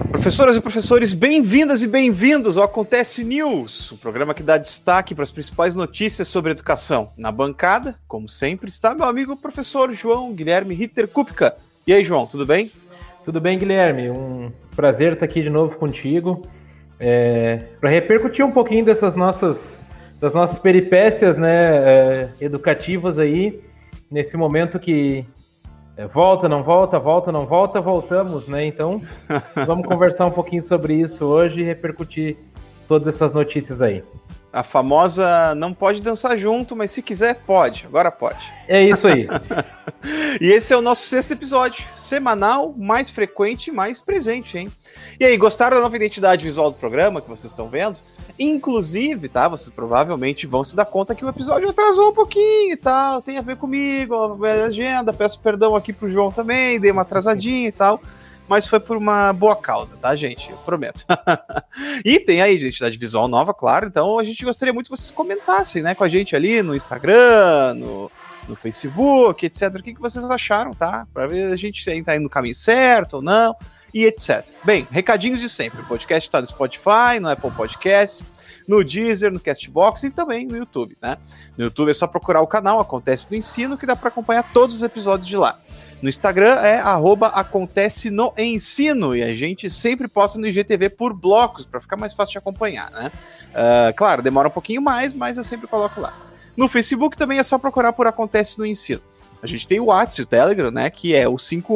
Professoras e professores, bem-vindas e bem-vindos ao Acontece News, o programa que dá destaque para as principais notícias sobre educação. Na bancada, como sempre, está meu amigo professor João Guilherme Ritter Kupka. E aí, João, tudo bem? Tudo bem, Guilherme. Um prazer estar aqui de novo contigo, para repercutir um pouquinho das nossas peripécias, né, educativas aí, nesse momento que volta, não volta, volta, não volta, voltamos, né? Então, vamos conversar um pouquinho sobre isso hoje e repercutir todas essas notícias aí. A famosa não pode dançar junto, mas se quiser, pode. Agora pode. É isso aí. E esse é o nosso 6º episódio, semanal, mais frequente e mais presente, hein? E aí, gostaram da nova identidade visual do programa que vocês estão vendo? Inclusive, tá, vocês provavelmente vão se dar conta que o episódio atrasou um pouquinho e tal, tem a ver comigo, a agenda, peço perdão aqui pro João também, dei uma atrasadinha e tal, mas foi por uma boa causa, tá, gente? Eu prometo. E tem aí identidade visual nova, claro, então a gente gostaria muito que vocês comentassem, né, com a gente ali no Instagram, no Facebook, etc. O que vocês acharam, tá? Para ver a gente tá indo no caminho certo ou não, e etc. Bem, recadinhos de sempre. O podcast está no Spotify, no Apple Podcasts, no Deezer, no Castbox e também no YouTube, né? No YouTube é só procurar o canal Acontece no Ensino, que dá para acompanhar todos os episódios de lá. No Instagram é @Acontece no Ensino, e a gente sempre posta no IGTV por blocos, para ficar mais fácil de acompanhar, né? Claro, demora um pouquinho mais, mas eu sempre coloco lá. No Facebook também é só procurar por Acontece no Ensino. A gente tem o WhatsApp e o Telegram, né, que é o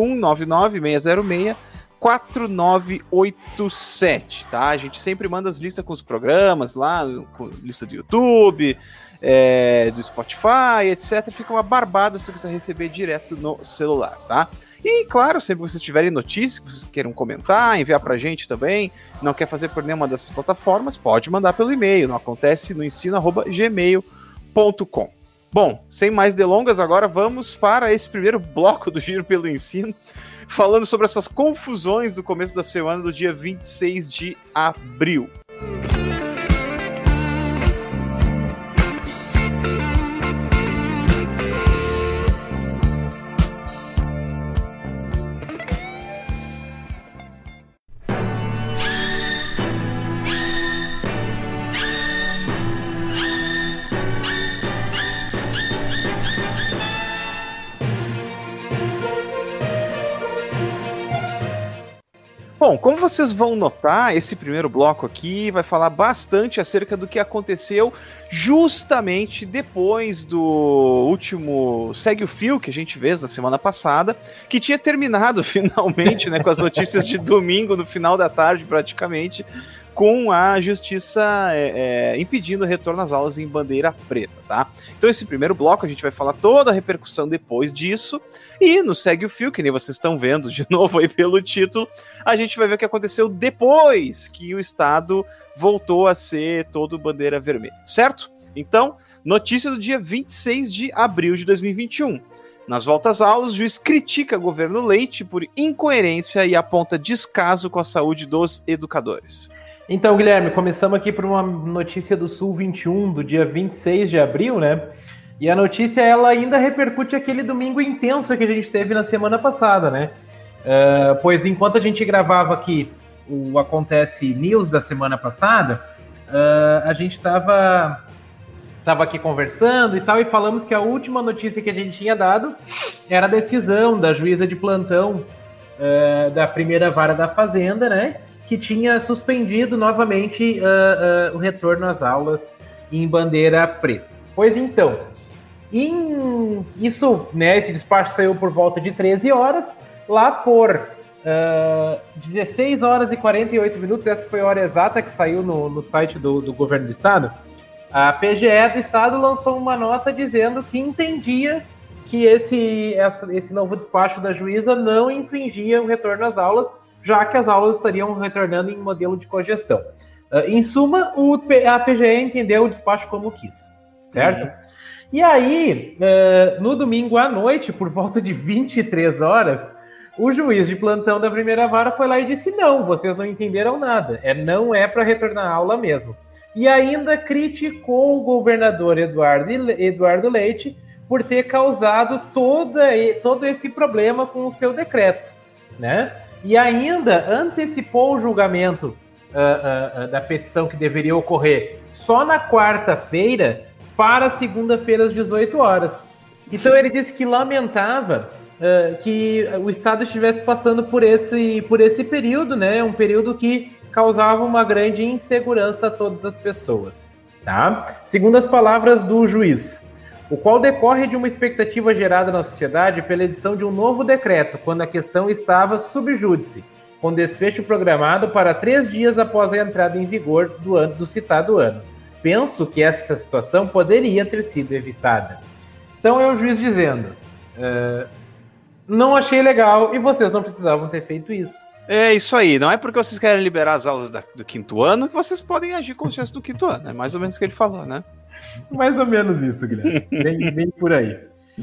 51996064987, tá? A gente sempre manda as listas com os programas lá, com lista do YouTube, do Spotify, etc. Fica uma barbada se tu quiser receber direto no celular, tá? E, claro, sempre que vocês tiverem notícias que vocês queiram comentar, enviar pra gente também, não quer fazer por nenhuma dessas plataformas, pode mandar pelo e-mail, no acontecenoensino@gmail.com. Bom, sem mais delongas, agora vamos para esse primeiro bloco do Giro pelo Ensino, falando sobre essas confusões do começo da semana do dia 26 de abril. Bom, como vocês vão notar, esse primeiro bloco aqui vai falar bastante acerca do que aconteceu justamente depois do último Segue o Fio que a gente fez na semana passada, que tinha terminado finalmente, né, com as notícias de domingo no final da tarde praticamente, com a justiça impedindo o retorno às aulas em bandeira preta, tá? Então esse primeiro bloco a gente vai falar toda a repercussão depois disso, e no Segue o Fio, que nem vocês estão vendo de novo aí pelo título, a gente vai ver o que aconteceu depois que o Estado voltou a ser todo bandeira vermelha, certo? Então, notícia do dia 26 de abril de 2021. Nas voltas às aulas, o juiz critica o governo Leite por incoerência e aponta descaso com a saúde dos educadores. Então, Guilherme, começamos aqui por uma notícia do Sul 21, do dia 26 de abril, né? E a notícia, ela ainda repercute aquele domingo intenso que a gente teve na semana passada, né? Pois enquanto a gente gravava aqui o Acontece News da semana passada, a gente estava aqui conversando e tal, e falamos que a última notícia que a gente tinha dado era a decisão da juíza de plantão da primeira vara da Fazenda, né? Que tinha suspendido novamente o retorno às aulas em bandeira preta. Pois então, esse despacho saiu por volta de 13 horas, lá por 16 horas e 48 minutos, essa foi a hora exata que saiu no site do governo do estado, a PGE do estado lançou uma nota dizendo que entendia que esse novo despacho da juíza não infringia o retorno às aulas, já que as aulas estariam retornando em modelo de cogestão. Em suma, a PGE entendeu o despacho como quis, certo? E aí, no domingo à noite, por volta de 23 horas, o juiz de plantão da primeira vara foi lá e disse: não, vocês não entenderam nada, não é para retornar à aula mesmo. E ainda criticou o governador Eduardo Leite por ter causado todo esse problema com o seu decreto. né? E ainda antecipou o julgamento da petição que deveria ocorrer só na quarta-feira para segunda-feira às 18 horas. Então ele disse que lamentava que o Estado estivesse passando por esse período, né? Um período que causava uma grande insegurança a todas as pessoas. Tá? Segundo as palavras do juiz, o qual decorre de uma expectativa gerada na sociedade pela edição de um novo decreto, quando a questão estava sub júdice, com desfecho programado para 3 dias após a entrada em vigor do citado ano. Penso que essa situação poderia ter sido evitada. Então é o juiz dizendo, não achei legal e vocês não precisavam ter feito isso. É isso aí, não é porque vocês querem liberar as aulas do 5º ano que vocês podem agir como se fosse do 5º ano, é mais ou menos o que ele falou, né? Mais ou menos isso, Guilherme, bem por aí.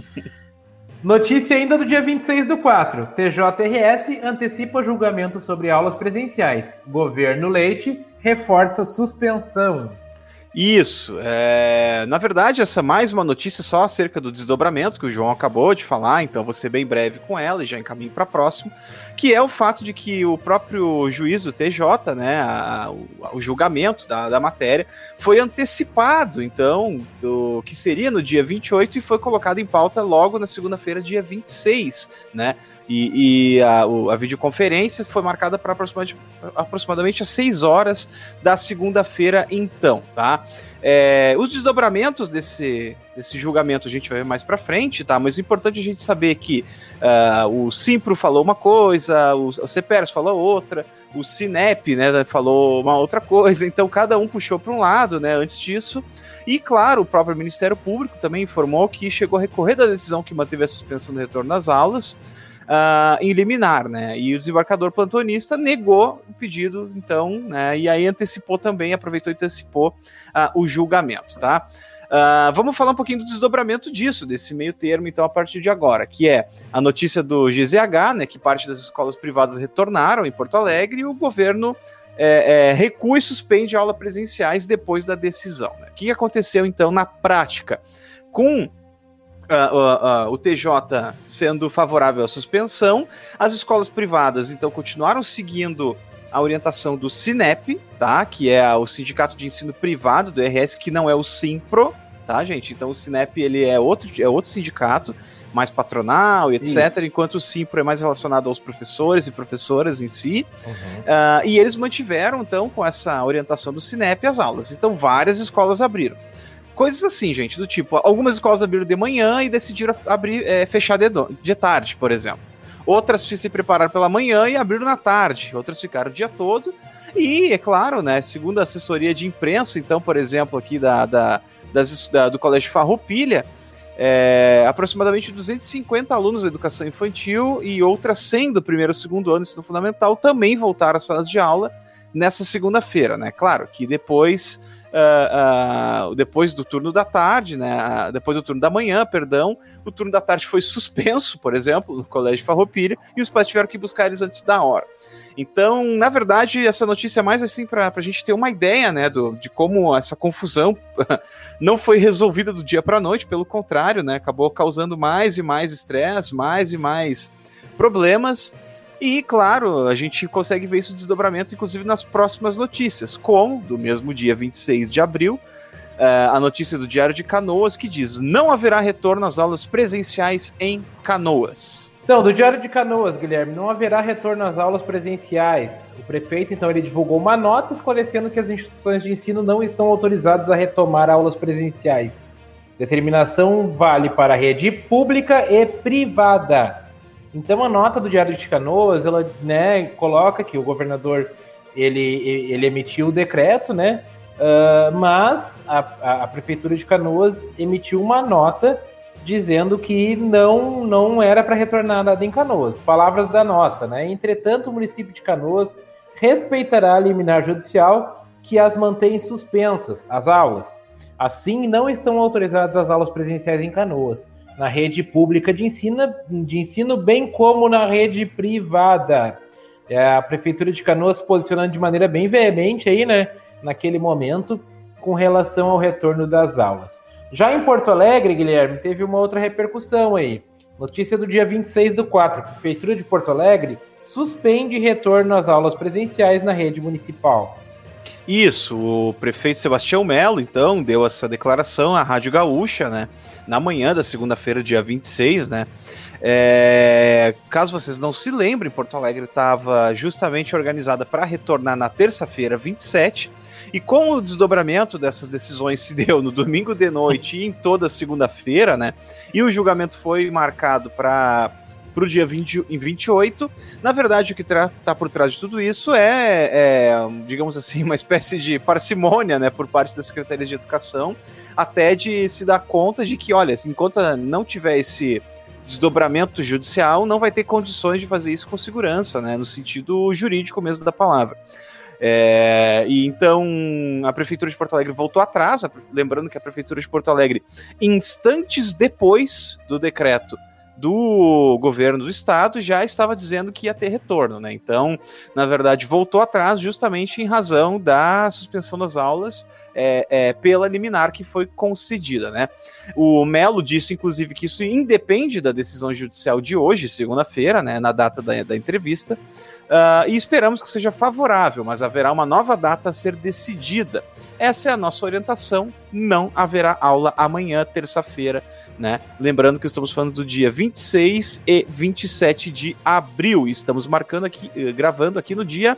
Notícia ainda do dia 26/4, TJRS antecipa julgamento sobre aulas presenciais, governo Leite reforça suspensão. Isso, na verdade essa mais uma notícia só acerca do desdobramento que o João acabou de falar, então vou ser bem breve com ela e já encaminho para próximo, que é o fato de que o próprio juiz do TJ, né, o julgamento da matéria foi antecipado, então, do que seria no dia 28 e foi colocado em pauta logo na segunda-feira, dia 26, né, e a videoconferência foi marcada para aproximadamente às 6 horas da segunda-feira, então, tá? Os desdobramentos desse julgamento a gente vai ver mais para frente, tá? Mas o importante é a gente saber que o Simpro falou uma coisa, o CEPERS falou outra, o Cinep, né, falou uma outra coisa, então cada um puxou para um lado, né, antes disso. E, claro, o próprio Ministério Público também informou que chegou a recorrer da decisão que manteve a suspensão do retorno das aulas, em liminar, né? E o desembargador plantonista negou o pedido, então, né? E aí aproveitou e antecipou o julgamento, tá? Vamos falar um pouquinho do desdobramento disso, desse meio termo, então, a partir de agora, que é a notícia do GZH, né? Que parte das escolas privadas retornaram em Porto Alegre e o governo recua e suspende aulas presenciais depois da decisão, né? O que aconteceu, então, na prática? Com o TJ sendo favorável à suspensão, as escolas privadas, então, continuaram seguindo a orientação do Cinep, tá? Que é o Sindicato de Ensino Privado do RS, que não é o Simpro, tá, gente? Então, o Cinep, ele é outro sindicato, mais patronal e etc., Isso. Enquanto o Simpro é mais relacionado aos professores e professoras em si, e eles mantiveram, então, com essa orientação do Cinep, as aulas. Então, várias escolas abriram. Coisas assim, gente, do tipo, algumas escolas abriram de manhã e decidiram fechar de tarde, por exemplo. Outras se prepararam pela manhã e abriram na tarde. Outras ficaram o dia todo. E, é claro, né, segundo a assessoria de imprensa, então, por exemplo, aqui do Colégio Farroupilha, aproximadamente 250 alunos da educação infantil e outras 100 do primeiro e segundo ano do ensino fundamental também voltaram às salas de aula nessa segunda-feira, né? Claro que depois do turno da tarde, né, depois do turno da manhã, perdão, o turno da tarde foi suspenso, por exemplo, no Colégio Farroupilha, e os pais tiveram que buscar eles antes da hora. Então, na verdade, essa notícia é mais assim para a gente ter uma ideia, né, de como essa confusão não foi resolvida do dia para a noite, pelo contrário, né, acabou causando mais e mais estresse, mais e mais problemas. E, claro, a gente consegue ver esse desdobramento, inclusive, nas próximas notícias, como, do mesmo dia 26 de abril, a notícia do Diário de Canoas, que diz: não haverá retorno às aulas presenciais em Canoas. Então, do Diário de Canoas, Guilherme, não haverá retorno às aulas presenciais. O prefeito, então, ele divulgou uma nota esclarecendo que as instituições de ensino não estão autorizadas a retomar aulas presenciais. Determinação vale para a rede pública e privada. Então, a nota do Diário de Canoas, ela, né, coloca que o governador ele emitiu o decreto, né, mas a Prefeitura de Canoas emitiu uma nota dizendo que não era para retornar nada em Canoas. Palavras da nota, né? Entretanto, o município de Canoas respeitará a liminar judicial que as mantém suspensas, as aulas. Assim, não estão autorizadas as aulas presenciais em Canoas, na rede pública de ensino, bem como na rede privada. A Prefeitura de Canoas se posicionando de maneira bem veemente aí, né, naquele momento, com relação ao retorno das aulas. Já em Porto Alegre, Guilherme, teve uma outra repercussão aí. Notícia do dia 26/4. A Prefeitura de Porto Alegre suspende retorno às aulas presenciais na rede municipal. Isso, o prefeito Sebastião Melo, então, deu essa declaração à Rádio Gaúcha, né, na manhã da segunda-feira, dia 26, né, caso vocês não se lembrem, Porto Alegre estava justamente organizada para retornar na terça-feira, 27, e com o desdobramento dessas decisões se deu no domingo de noite e em toda segunda-feira, né, e o julgamento foi marcado para o dia 28, na verdade o que está por trás de tudo isso digamos assim, uma espécie de parcimônia, né, por parte da Secretaria de Educação, até de se dar conta de que, olha, enquanto não tiver esse desdobramento judicial, não vai ter condições de fazer isso com segurança, né, no sentido jurídico mesmo da palavra. E então a Prefeitura de Porto Alegre voltou atrás, lembrando que a Prefeitura de Porto Alegre, instantes depois do decreto do governo do estado, já estava dizendo que ia ter retorno, né? Então, na verdade, voltou atrás justamente em razão da suspensão das aulas pela liminar que foi concedida, né? O Melo disse, inclusive, que isso independe da decisão judicial de hoje, segunda-feira, né, na data da entrevista, e esperamos que seja favorável, mas haverá uma nova data a ser decidida. Essa é a nossa orientação, não haverá aula amanhã, terça-feira, né? Lembrando que estamos falando do dia 26 e 27 de abril, e estamos gravando aqui no dia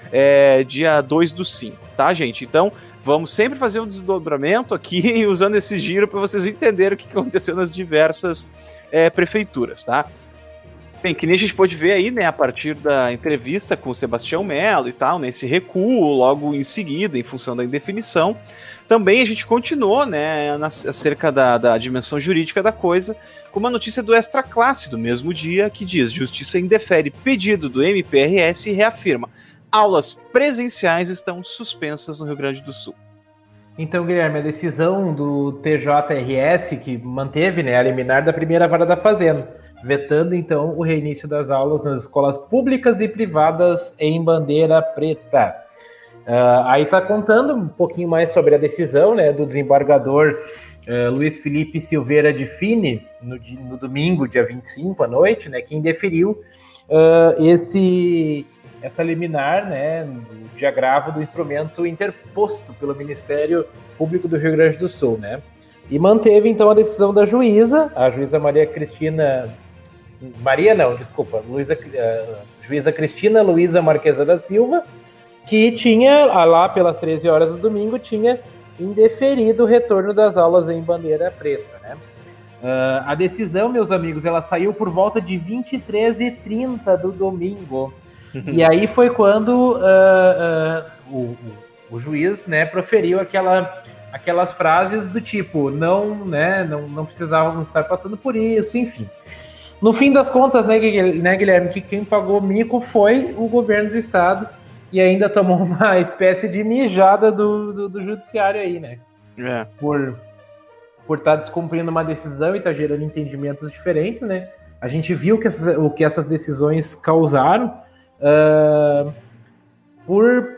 2/5, tá, gente? Então, vamos sempre fazer um desdobramento aqui, usando esse giro para vocês entenderem o que aconteceu nas diversas prefeituras, tá? Bem, que nem a gente pôde ver aí, né, a partir da entrevista com o Sebastião Melo e tal, nesse recuo logo em seguida, em função da indefinição, também a gente continuou, né, acerca da dimensão jurídica da coisa, com uma notícia do Extra Classe do mesmo dia, que diz: Justiça indefere pedido do MPRS e reafirma: aulas presenciais estão suspensas no Rio Grande do Sul. Então, Guilherme, a decisão do TJRS, que manteve, né, a liminar da primeira vara da Fazenda, vetando, então, o reinício das aulas nas escolas públicas e privadas em bandeira preta. Aí está contando um pouquinho mais sobre a decisão, né, do desembargador Luiz Felipe Silveira de Fini, no domingo, dia 25, à noite, né, que indeferiu essa liminar, né, de agravo do instrumento interposto pelo Ministério Público do Rio Grande do Sul, né, e manteve, então, a decisão da juíza, a juíza juíza Cristina Luísa Marquesa da Silva, que tinha, lá pelas 13 horas do domingo, tinha indeferido o retorno das aulas em bandeira preta, né? A decisão, meus amigos, ela saiu por volta de 23h30 do domingo. E aí foi quando o juiz, né, proferiu aquelas frases do tipo, não precisávamos estar passando por isso, enfim. No fim das contas, né, Guilherme, que quem pagou mico foi o governo do estado, e ainda tomou uma espécie de mijada do judiciário aí, né? Por estar descumprindo uma decisão e estar gerando entendimentos diferentes, né? A gente viu o que essas decisões causaram por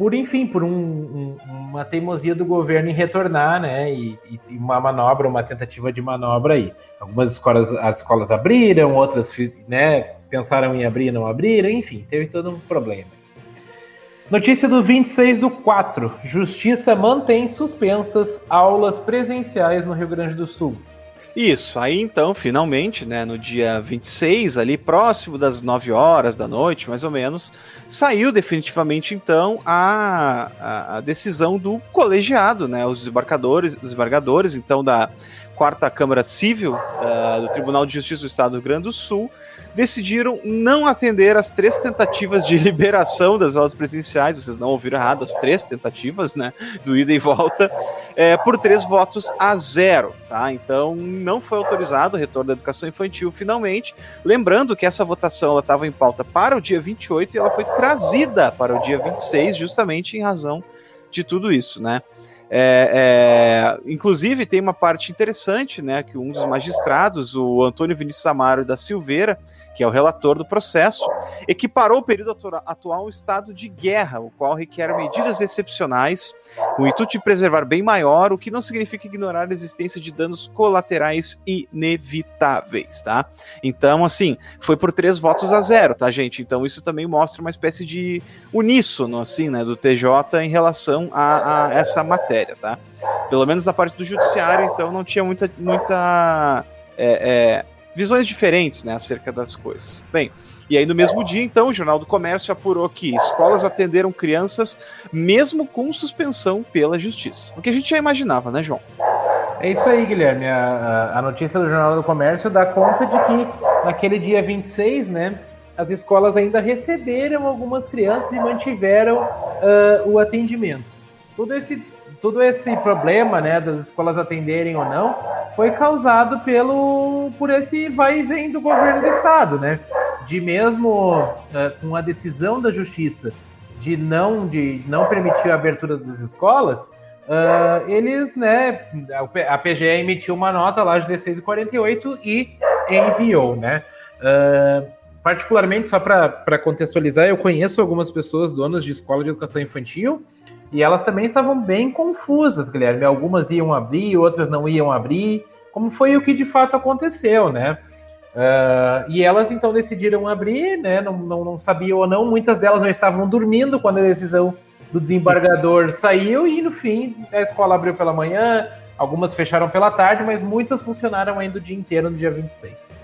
uma teimosia do governo em retornar, né? E uma tentativa de manobra aí. As escolas abriram, outras, né, pensaram em abrir e não abriram, enfim, teve todo um problema. Notícia do 26/4. Justiça mantém suspensas aulas presenciais no Rio Grande do Sul. Isso, aí então, finalmente, né, no dia 26, ali próximo das 9 horas da noite, mais ou menos, saiu definitivamente então a decisão do colegiado, né, os desembargadores então da 4ª Câmara Civil do Tribunal de Justiça do Estado do Rio Grande do Sul, decidiram não atender as 3 tentativas de liberação das aulas presenciais, vocês não ouviram errado, as 3 tentativas, né, do ida e volta, por 3-0, tá? Então não foi autorizado o retorno da educação infantil finalmente, lembrando que essa votação estava em pauta para o dia 28 e ela foi trazida para o dia 26 justamente em razão de tudo isso, né? Inclusive, tem uma parte interessante, né, que um dos magistrados, o Antônio Vinícius Amaro da Silveira, que é o relator do processo, equiparou o período atual a um estado de guerra, o qual requer medidas excepcionais, com o intuito de preservar bem maior, o que não significa ignorar a existência de danos colaterais inevitáveis, tá? Então, assim, foi por 3-0, tá, gente? Então, isso também mostra uma espécie de uníssono, assim, né, do TJ em relação a essa matéria, tá? Pelo menos na parte do judiciário, então, não tinha muita visões diferentes, né, acerca das coisas. Bem, e aí no mesmo dia, então, o Jornal do Comércio apurou que escolas atenderam crianças mesmo com suspensão pela justiça. O que a gente já imaginava, né, João? É isso aí, Guilherme. A notícia do Jornal do Comércio dá conta de que naquele dia 26, né, as escolas ainda receberam algumas crianças e mantiveram o atendimento. Todo esse problema, né, das escolas atenderem ou não, foi causado por esse vai e vem do governo do estado, né? De mesmo com a decisão da justiça de não permitir a abertura das escolas, eles, né, a PGE emitiu uma nota lá, 16/48, e enviou, né? Particularmente, só para contextualizar, eu conheço algumas pessoas donas de escola de educação infantil e elas também estavam bem confusas, Guilherme. Algumas iam abrir, outras não iam abrir, como foi o que de fato aconteceu, né? E elas então decidiram abrir, né? Não sabiam ou não, muitas delas já estavam dormindo quando a decisão do desembargador saiu e no fim a escola abriu pela manhã, algumas fecharam pela tarde, mas muitas funcionaram ainda o dia inteiro no dia 26.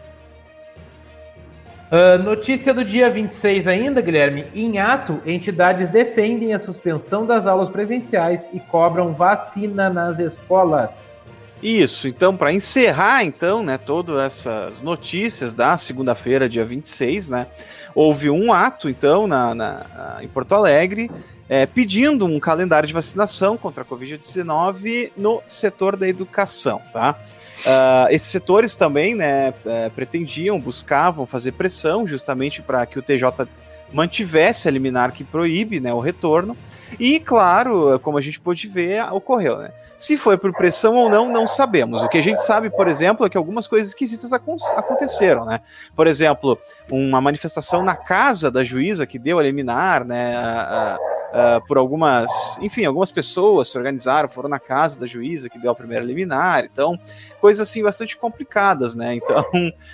Notícia do dia 26 ainda, Guilherme. Em ato, entidades defendem a suspensão das aulas presenciais e cobram vacina nas escolas. Isso, então, para encerrar, então, né, todas essas notícias da segunda-feira, dia 26, né, houve um ato, então, em Porto Alegre, pedindo um calendário de vacinação contra a Covid-19 no setor da educação, tá? Esses setores também, né, buscavam fazer pressão justamente para que o TJ mantivesse a liminar que proíbe, né, o retorno, e claro, como a gente pôde ver, ocorreu, né? Se foi por pressão ou não, não sabemos. O que a gente sabe, por exemplo, é que algumas coisas esquisitas aconteceram, né? Por exemplo, uma manifestação na casa da juíza que deu a liminar, né, por algumas pessoas se organizaram, foram na casa da juíza que deu a primeira liminar, então, coisas assim bastante complicadas, né? Então,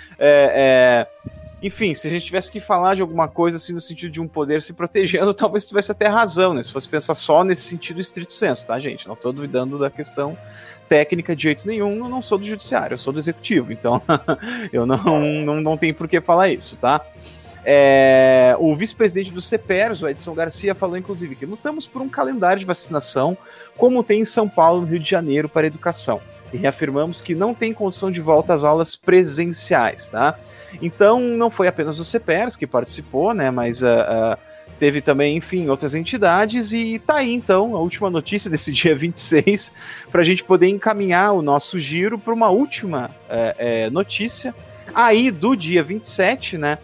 enfim, se a gente tivesse que falar de alguma coisa assim no sentido de um poder se protegendo, talvez tivesse até razão, né? Se fosse pensar só nesse sentido estrito senso, tá, gente? Não estou duvidando da questão técnica de jeito nenhum, eu não sou do judiciário, eu sou do executivo, então eu não tenho por que falar isso, tá? O vice-presidente do CEPERS, o Edson Garcia, falou inclusive que lutamos por um calendário de vacinação como tem em São Paulo e no Rio de Janeiro para a educação. E reafirmamos que não tem condição de volta às aulas presenciais, tá? Então, não foi apenas o CEPERS que participou, né, mas teve também, enfim, outras entidades, e tá aí, então, a última notícia desse dia 26, para a gente poder encaminhar o nosso giro para uma última notícia, aí do dia 27, né,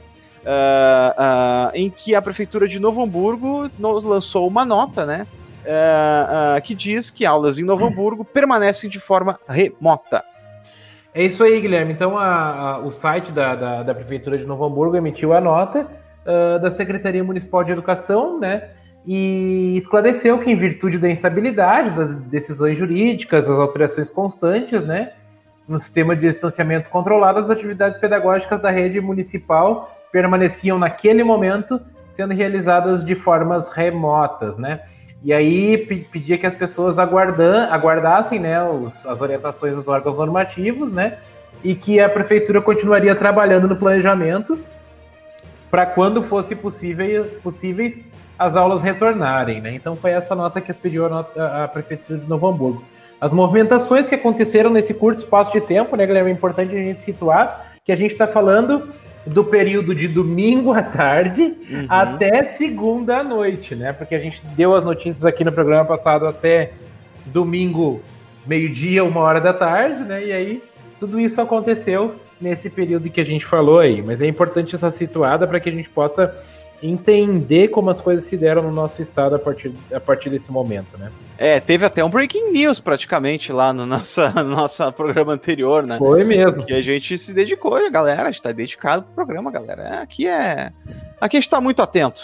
em que a Prefeitura de Novo Hamburgo lançou uma nota, né, que diz que aulas em Novo Hamburgo permanecem de forma remota. É isso aí, Guilherme. Então, o site da Prefeitura de Novo Hamburgo emitiu a nota da Secretaria Municipal de Educação, né, e esclareceu que, em virtude da instabilidade das decisões jurídicas, das alterações constantes, né, no sistema de distanciamento controlado, as atividades pedagógicas da rede municipal permaneciam, naquele momento, sendo realizadas de formas remotas, né. E aí pedia que as pessoas aguardassem, né, as orientações dos órgãos normativos, né, e que a prefeitura continuaria trabalhando no planejamento para quando fosse possíveis as aulas retornarem, né. Então foi essa nota que expediu a prefeitura de Novo Hamburgo. As movimentações que aconteceram nesse curto espaço de tempo, né, Guilherme, é importante a gente situar que a gente está falando do período de domingo à tarde até segunda à noite, né? Porque a gente deu as notícias aqui no programa passado até domingo, meio-dia, 1h da tarde, né? E aí tudo isso aconteceu nesse período que a gente falou aí. Mas é importante essa situada para que a gente possa entender como as coisas se deram no nosso estado a partir desse momento, né? Teve até um breaking news praticamente lá no nosso programa anterior, né? Foi mesmo. Que a gente se dedicou, galera, a gente tá dedicado pro programa, galera. Aqui a gente tá muito atento.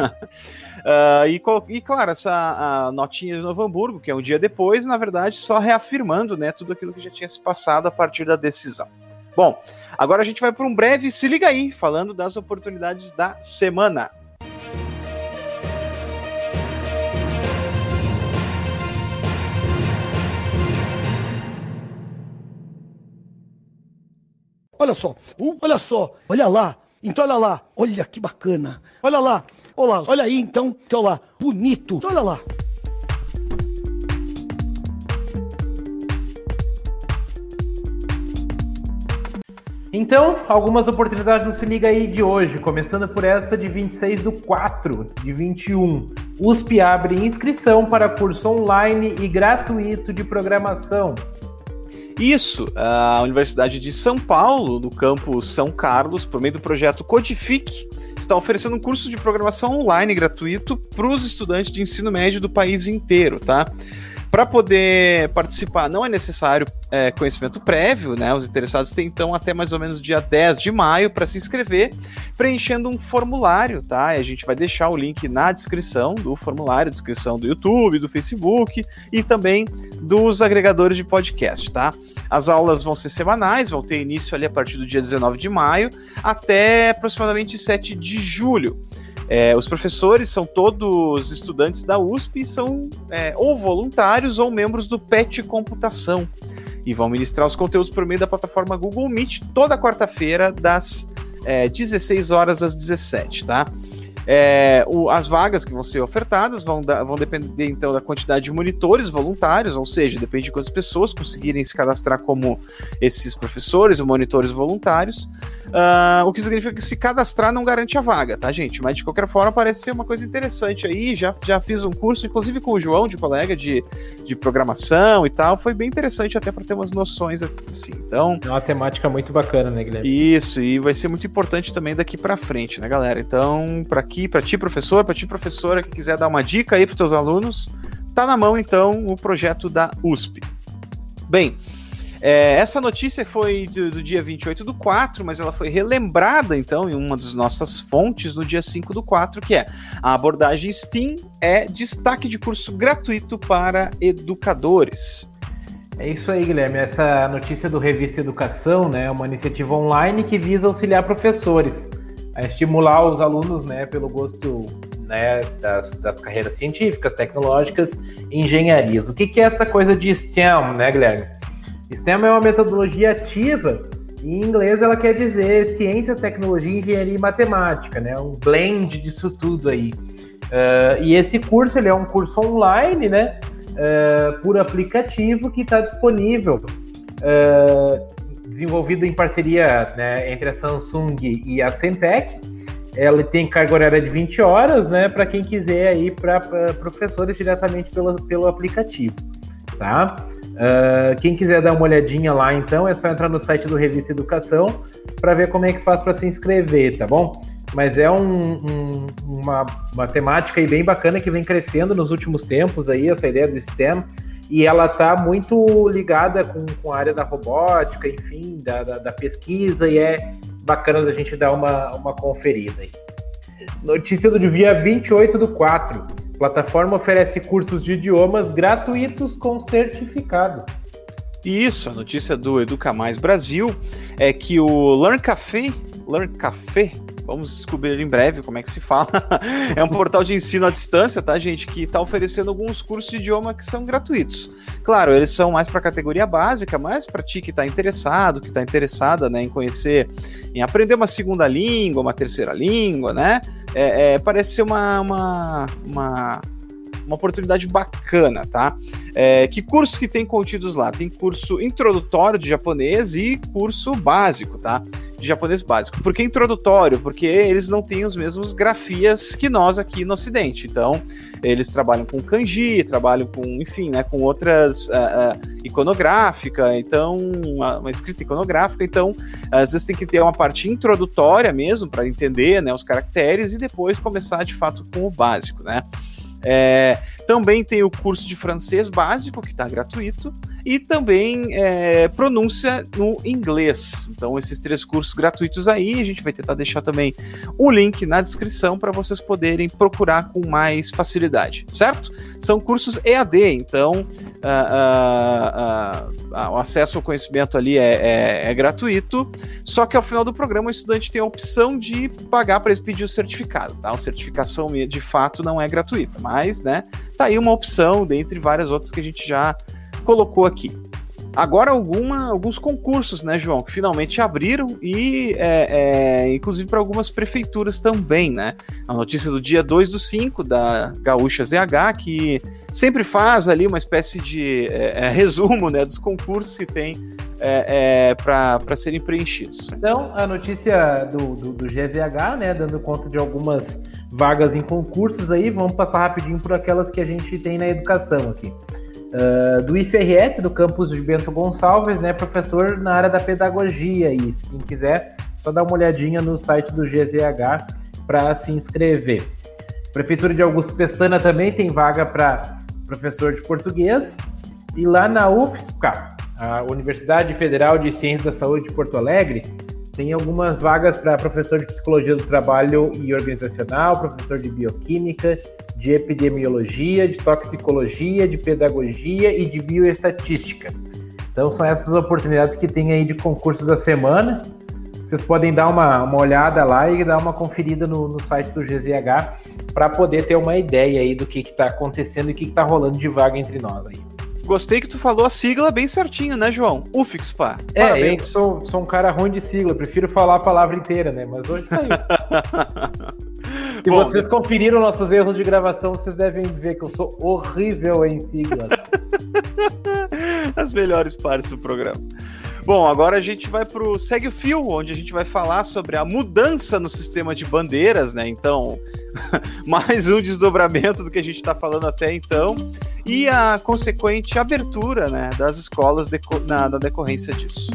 E claro, essa notinha de Novo Hamburgo, que é um dia depois, na verdade, só reafirmando, né, tudo aquilo que já tinha se passado a partir da decisão. Bom, agora a gente vai para um breve Se Liga Aí, falando das oportunidades da semana. Olha só, olha lá. Então olha lá, olha que bacana. Olha lá, olha aí então, olha lá, bonito. Olha lá. Então, algumas oportunidades no Se Liga Aí de hoje, começando por essa de 26/4/21. USP abre inscrição para curso online e gratuito de programação. Isso, a Universidade de São Paulo, no campus São Carlos, por meio do projeto Codifique, está oferecendo um curso de programação online gratuito para os estudantes de ensino médio do país inteiro, tá? Para poder participar, não é necessário conhecimento prévio, né? Os interessados têm, então, até mais ou menos dia 10 de maio para se inscrever, preenchendo um formulário, tá? E a gente vai deixar o link na descrição do formulário, descrição do YouTube, do Facebook e também dos agregadores de podcast, tá? As aulas vão ser semanais, vão ter início ali a partir do dia 19 de maio até aproximadamente 7 de julho. Os professores são todos estudantes da USP e são ou voluntários ou membros do PET Computação e vão ministrar os conteúdos por meio da plataforma Google Meet toda quarta-feira das 16 horas às 17, tá? As vagas que vão ser ofertadas vão depender então da quantidade de monitores voluntários, ou seja, depende de quantas pessoas conseguirem se cadastrar como esses professores ou monitores voluntários, o que significa que se cadastrar não garante a vaga, tá, gente? Mas de qualquer forma parece ser uma coisa interessante aí, já fiz um curso, inclusive com o João, de colega de programação e tal, foi bem interessante até para ter umas noções assim, então... É uma temática muito bacana, né, Guilherme? Isso, e vai ser muito importante também daqui para frente, né, galera? Então, para ti, professor, para ti, professora, que quiser dar uma dica aí para os teus alunos, tá na mão, então, o projeto da USP. Bem, essa notícia foi do dia 28/4, mas ela foi relembrada, então, em uma das nossas fontes no dia 5/4, que é a abordagem STEAM é destaque de curso gratuito para educadores. É isso aí, Guilherme. Essa notícia do Revista Educação, né, é uma iniciativa online que visa auxiliar professores a estimular os alunos, né, pelo gosto, né, das carreiras científicas, tecnológicas e engenharias. O que é essa coisa de STEM, né, Guilherme? STEM é uma metodologia ativa e em inglês ela quer dizer ciências, tecnologia, engenharia e matemática, né? Um blend disso tudo aí. E esse curso, ele é um curso online, né, por aplicativo que está disponível, desenvolvido em parceria, né, entre a Samsung e a Centec. Ela tem carga horária de 20 horas, né, para quem quiser ir para professores diretamente pelo aplicativo, tá? Quem quiser dar uma olhadinha lá, então, é só entrar no site do Revista Educação para ver como é que faz para se inscrever, tá bom? Mas é uma temática aí bem bacana que vem crescendo nos últimos tempos aí, essa ideia do STEM, e ela está muito ligada com a área da robótica, enfim, da pesquisa, e é bacana da gente dar uma conferida aí. Notícia do dia 28/4. Plataforma oferece cursos de idiomas gratuitos com certificado. Isso, a notícia do Educa Mais Brasil é que o Learn Café, vamos descobrir em breve como é que se fala, é um portal de ensino à distância, tá, gente, que está oferecendo alguns cursos de idioma que são gratuitos. Claro, eles são mais para a categoria básica, mas para ti que está interessado, que está interessada, né, em conhecer, em aprender uma segunda língua, uma terceira língua, né, parece ser uma oportunidade bacana, tá? Que cursos que tem contidos lá? Tem curso introdutório de japonês e curso básico, tá? de japonês básico. Por que introdutório? Porque eles não têm os mesmos grafias que nós aqui no Ocidente. Então, eles trabalham com kanji, trabalham com, enfim, né, com outras iconográfica, então, uma escrita iconográfica. Então, às vezes tem que ter uma parte introdutória mesmo para entender, né, os caracteres e depois começar de fato com o básico, né? Também tem o curso de francês básico, que está gratuito, e também pronúncia no inglês. Então, esses 3 cursos gratuitos aí, a gente vai tentar deixar também o link na descrição para vocês poderem procurar com mais facilidade, certo? São cursos EAD, então o acesso ao conhecimento ali é gratuito, só que ao final do programa o estudante tem a opção de pagar para eles pedir o certificado, tá? A certificação de fato não é gratuita, mas, né, tá aí uma opção dentre várias outras que a gente já colocou aqui. Agora alguns concursos, né, João, que finalmente abriram e inclusive para algumas prefeituras também, né? A notícia do dia 2/5 da Gaúcha ZH, que sempre faz ali uma espécie de resumo, né, dos concursos que tem para serem preenchidos. Então, a notícia do GZH, né, dando conta de algumas vagas em concursos aí, vamos passar rapidinho por aquelas que a gente tem na educação aqui. Do IFRS, do campus de Bento Gonçalves, né, professor na área da pedagogia, e se quem quiser, só dá uma olhadinha no site do GZH para se inscrever. Prefeitura de Augusto Pestana também tem vaga para professor de português, e lá na UFSCar, a Universidade Federal de Ciências da Saúde de Porto Alegre, tem algumas vagas para professor de Psicologia do Trabalho e Organizacional, professor de Bioquímica, de Epidemiologia, de Toxicologia, de Pedagogia e de Bioestatística. Então são essas oportunidades que tem aí de concurso da semana. Vocês podem dar uma olhada lá e dar uma conferida no site do GZH para poder ter uma ideia aí do que está acontecendo e o que está rolando de vaga entre nós aí. Gostei que tu falou a sigla bem certinho, né, João? UFSCar. Parabéns. Eu sou um cara ruim de sigla, prefiro falar a palavra inteira, né? Mas hoje saiu. Se vocês conferiram nossos erros de gravação, vocês devem ver que eu sou horrível em siglas. As melhores partes do programa. Bom, agora a gente vai pro Segue o Fio, onde a gente vai falar sobre a mudança no sistema de bandeiras, né? Então, mais um desdobramento do que a gente está falando até então e a consequente abertura, né, das escolas na decorrência disso.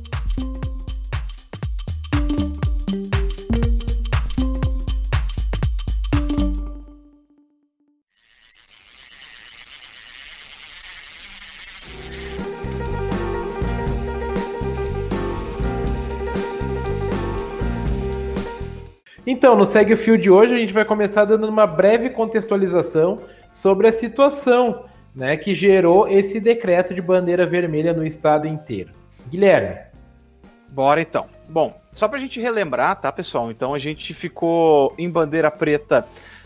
Então, no Segue o Fio de hoje, a gente vai começar dando uma breve contextualização sobre a situação, né, que gerou esse decreto de bandeira vermelha no estado inteiro. Guilherme. Bora então. Bom, só pra gente relembrar, tá, pessoal? Então a gente ficou em bandeira preta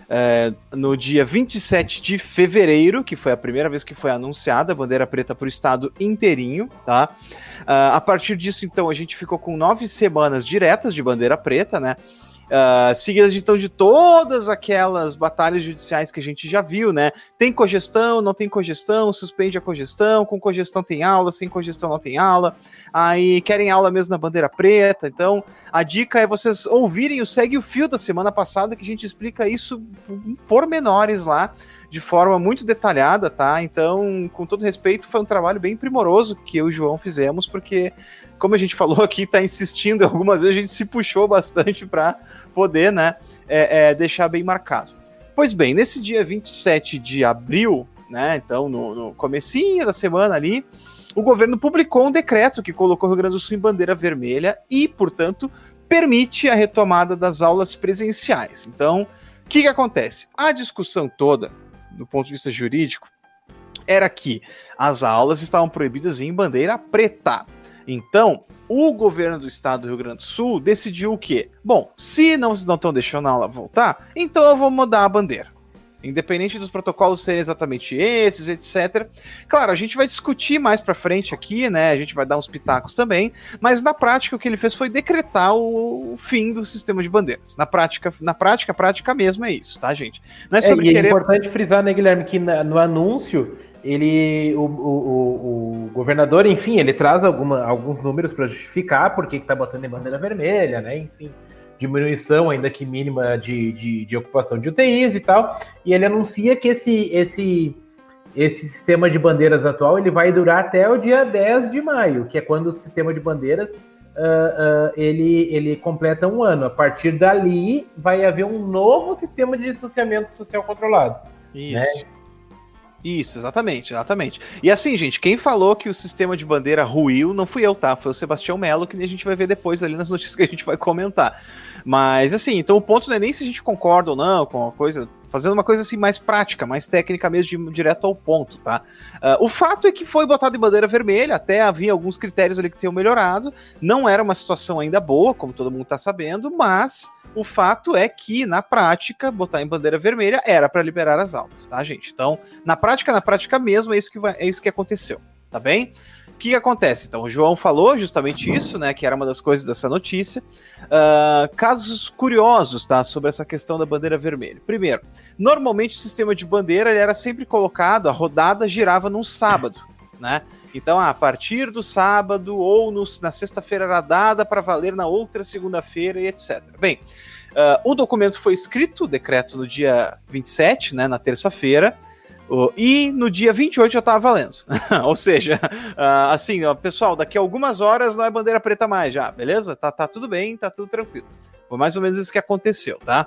no dia 27 de fevereiro, que foi a primeira vez que foi anunciada a bandeira preta para o estado inteirinho, tá? A partir disso, então, a gente ficou com 9 semanas diretas de bandeira preta, né? Seguidas então de todas aquelas batalhas judiciais que a gente já viu, né? Tem cogestão, não tem cogestão, suspende a cogestão, com cogestão tem aula, sem cogestão não tem aula, aí querem aula mesmo na bandeira preta. Então a dica é vocês ouvirem o Segue o Fio da semana passada, que a gente explica isso em pormenores lá, de forma muito detalhada, tá? Então, com todo respeito, foi um trabalho bem primoroso que eu e o João fizemos, porque, como a gente falou aqui, tá insistindo algumas vezes, a gente se puxou bastante para poder, né, deixar bem marcado. Pois bem, nesse dia 27 de abril, né, então no comecinho da semana ali, o governo publicou um decreto que colocou o Rio Grande do Sul em bandeira vermelha e, portanto, permite a retomada das aulas presenciais. Então, o que acontece? A discussão toda, do ponto de vista jurídico, era que as aulas estavam proibidas em bandeira preta. Então, o governo do estado do Rio Grande do Sul decidiu o quê? Bom, se não estão deixando a aula voltar, então eu vou mudar a bandeira. Independente dos protocolos serem exatamente esses, etc. Claro, a gente vai discutir mais pra frente aqui, né? A gente vai dar uns pitacos também, mas na prática o que ele fez foi decretar o fim do sistema de bandeiras. Na prática a prática mesmo é isso, tá, gente? Não é sobre É importante frisar, né, Guilherme, que no anúncio o governador, enfim, ele traz alguns números para justificar por que está botando em bandeira vermelha, né? Enfim, diminuição ainda que mínima de ocupação de UTIs e tal. E ele anuncia que esse sistema de bandeiras atual ele vai durar até o dia 10 de maio, que é quando o sistema de bandeiras ele completa um ano. A partir dali vai haver um novo sistema de distanciamento social controlado. Isso. Né? Isso, exatamente. E assim, gente, quem falou que o sistema de bandeira ruiu não fui eu, tá? Foi o Sebastião Melo, que a gente vai ver depois ali nas notícias que a gente vai comentar. Mas assim, então o ponto não é nem se a gente concorda ou não com a coisa, fazendo uma coisa assim mais prática, mais técnica mesmo, direto ao ponto, tá? O fato é que foi botado em bandeira vermelha, até havia alguns critérios ali que tinham melhorado, não era uma situação ainda boa, como todo mundo tá sabendo, mas o fato é que, na prática, botar em bandeira vermelha era para liberar as aulas, tá, gente? Então, na prática mesmo, é isso que aconteceu, tá bem? O que acontece? Então, o João falou justamente isso, né, que era uma das coisas dessa notícia. Casos curiosos, tá, sobre essa questão da bandeira vermelha. Primeiro, normalmente o sistema de bandeira ele era sempre colocado, a rodada girava num sábado, né? Então, a partir do sábado ou na sexta-feira era dada para valer na outra segunda-feira e etc. Bem, o documento foi escrito, o decreto, no dia 27, né, na terça-feira, e no dia 28 já estava valendo. Ou seja, assim, ó, pessoal, daqui a algumas horas não é bandeira preta mais já, beleza? Tá tudo bem, tá tudo tranquilo. Foi mais ou menos isso que aconteceu, tá?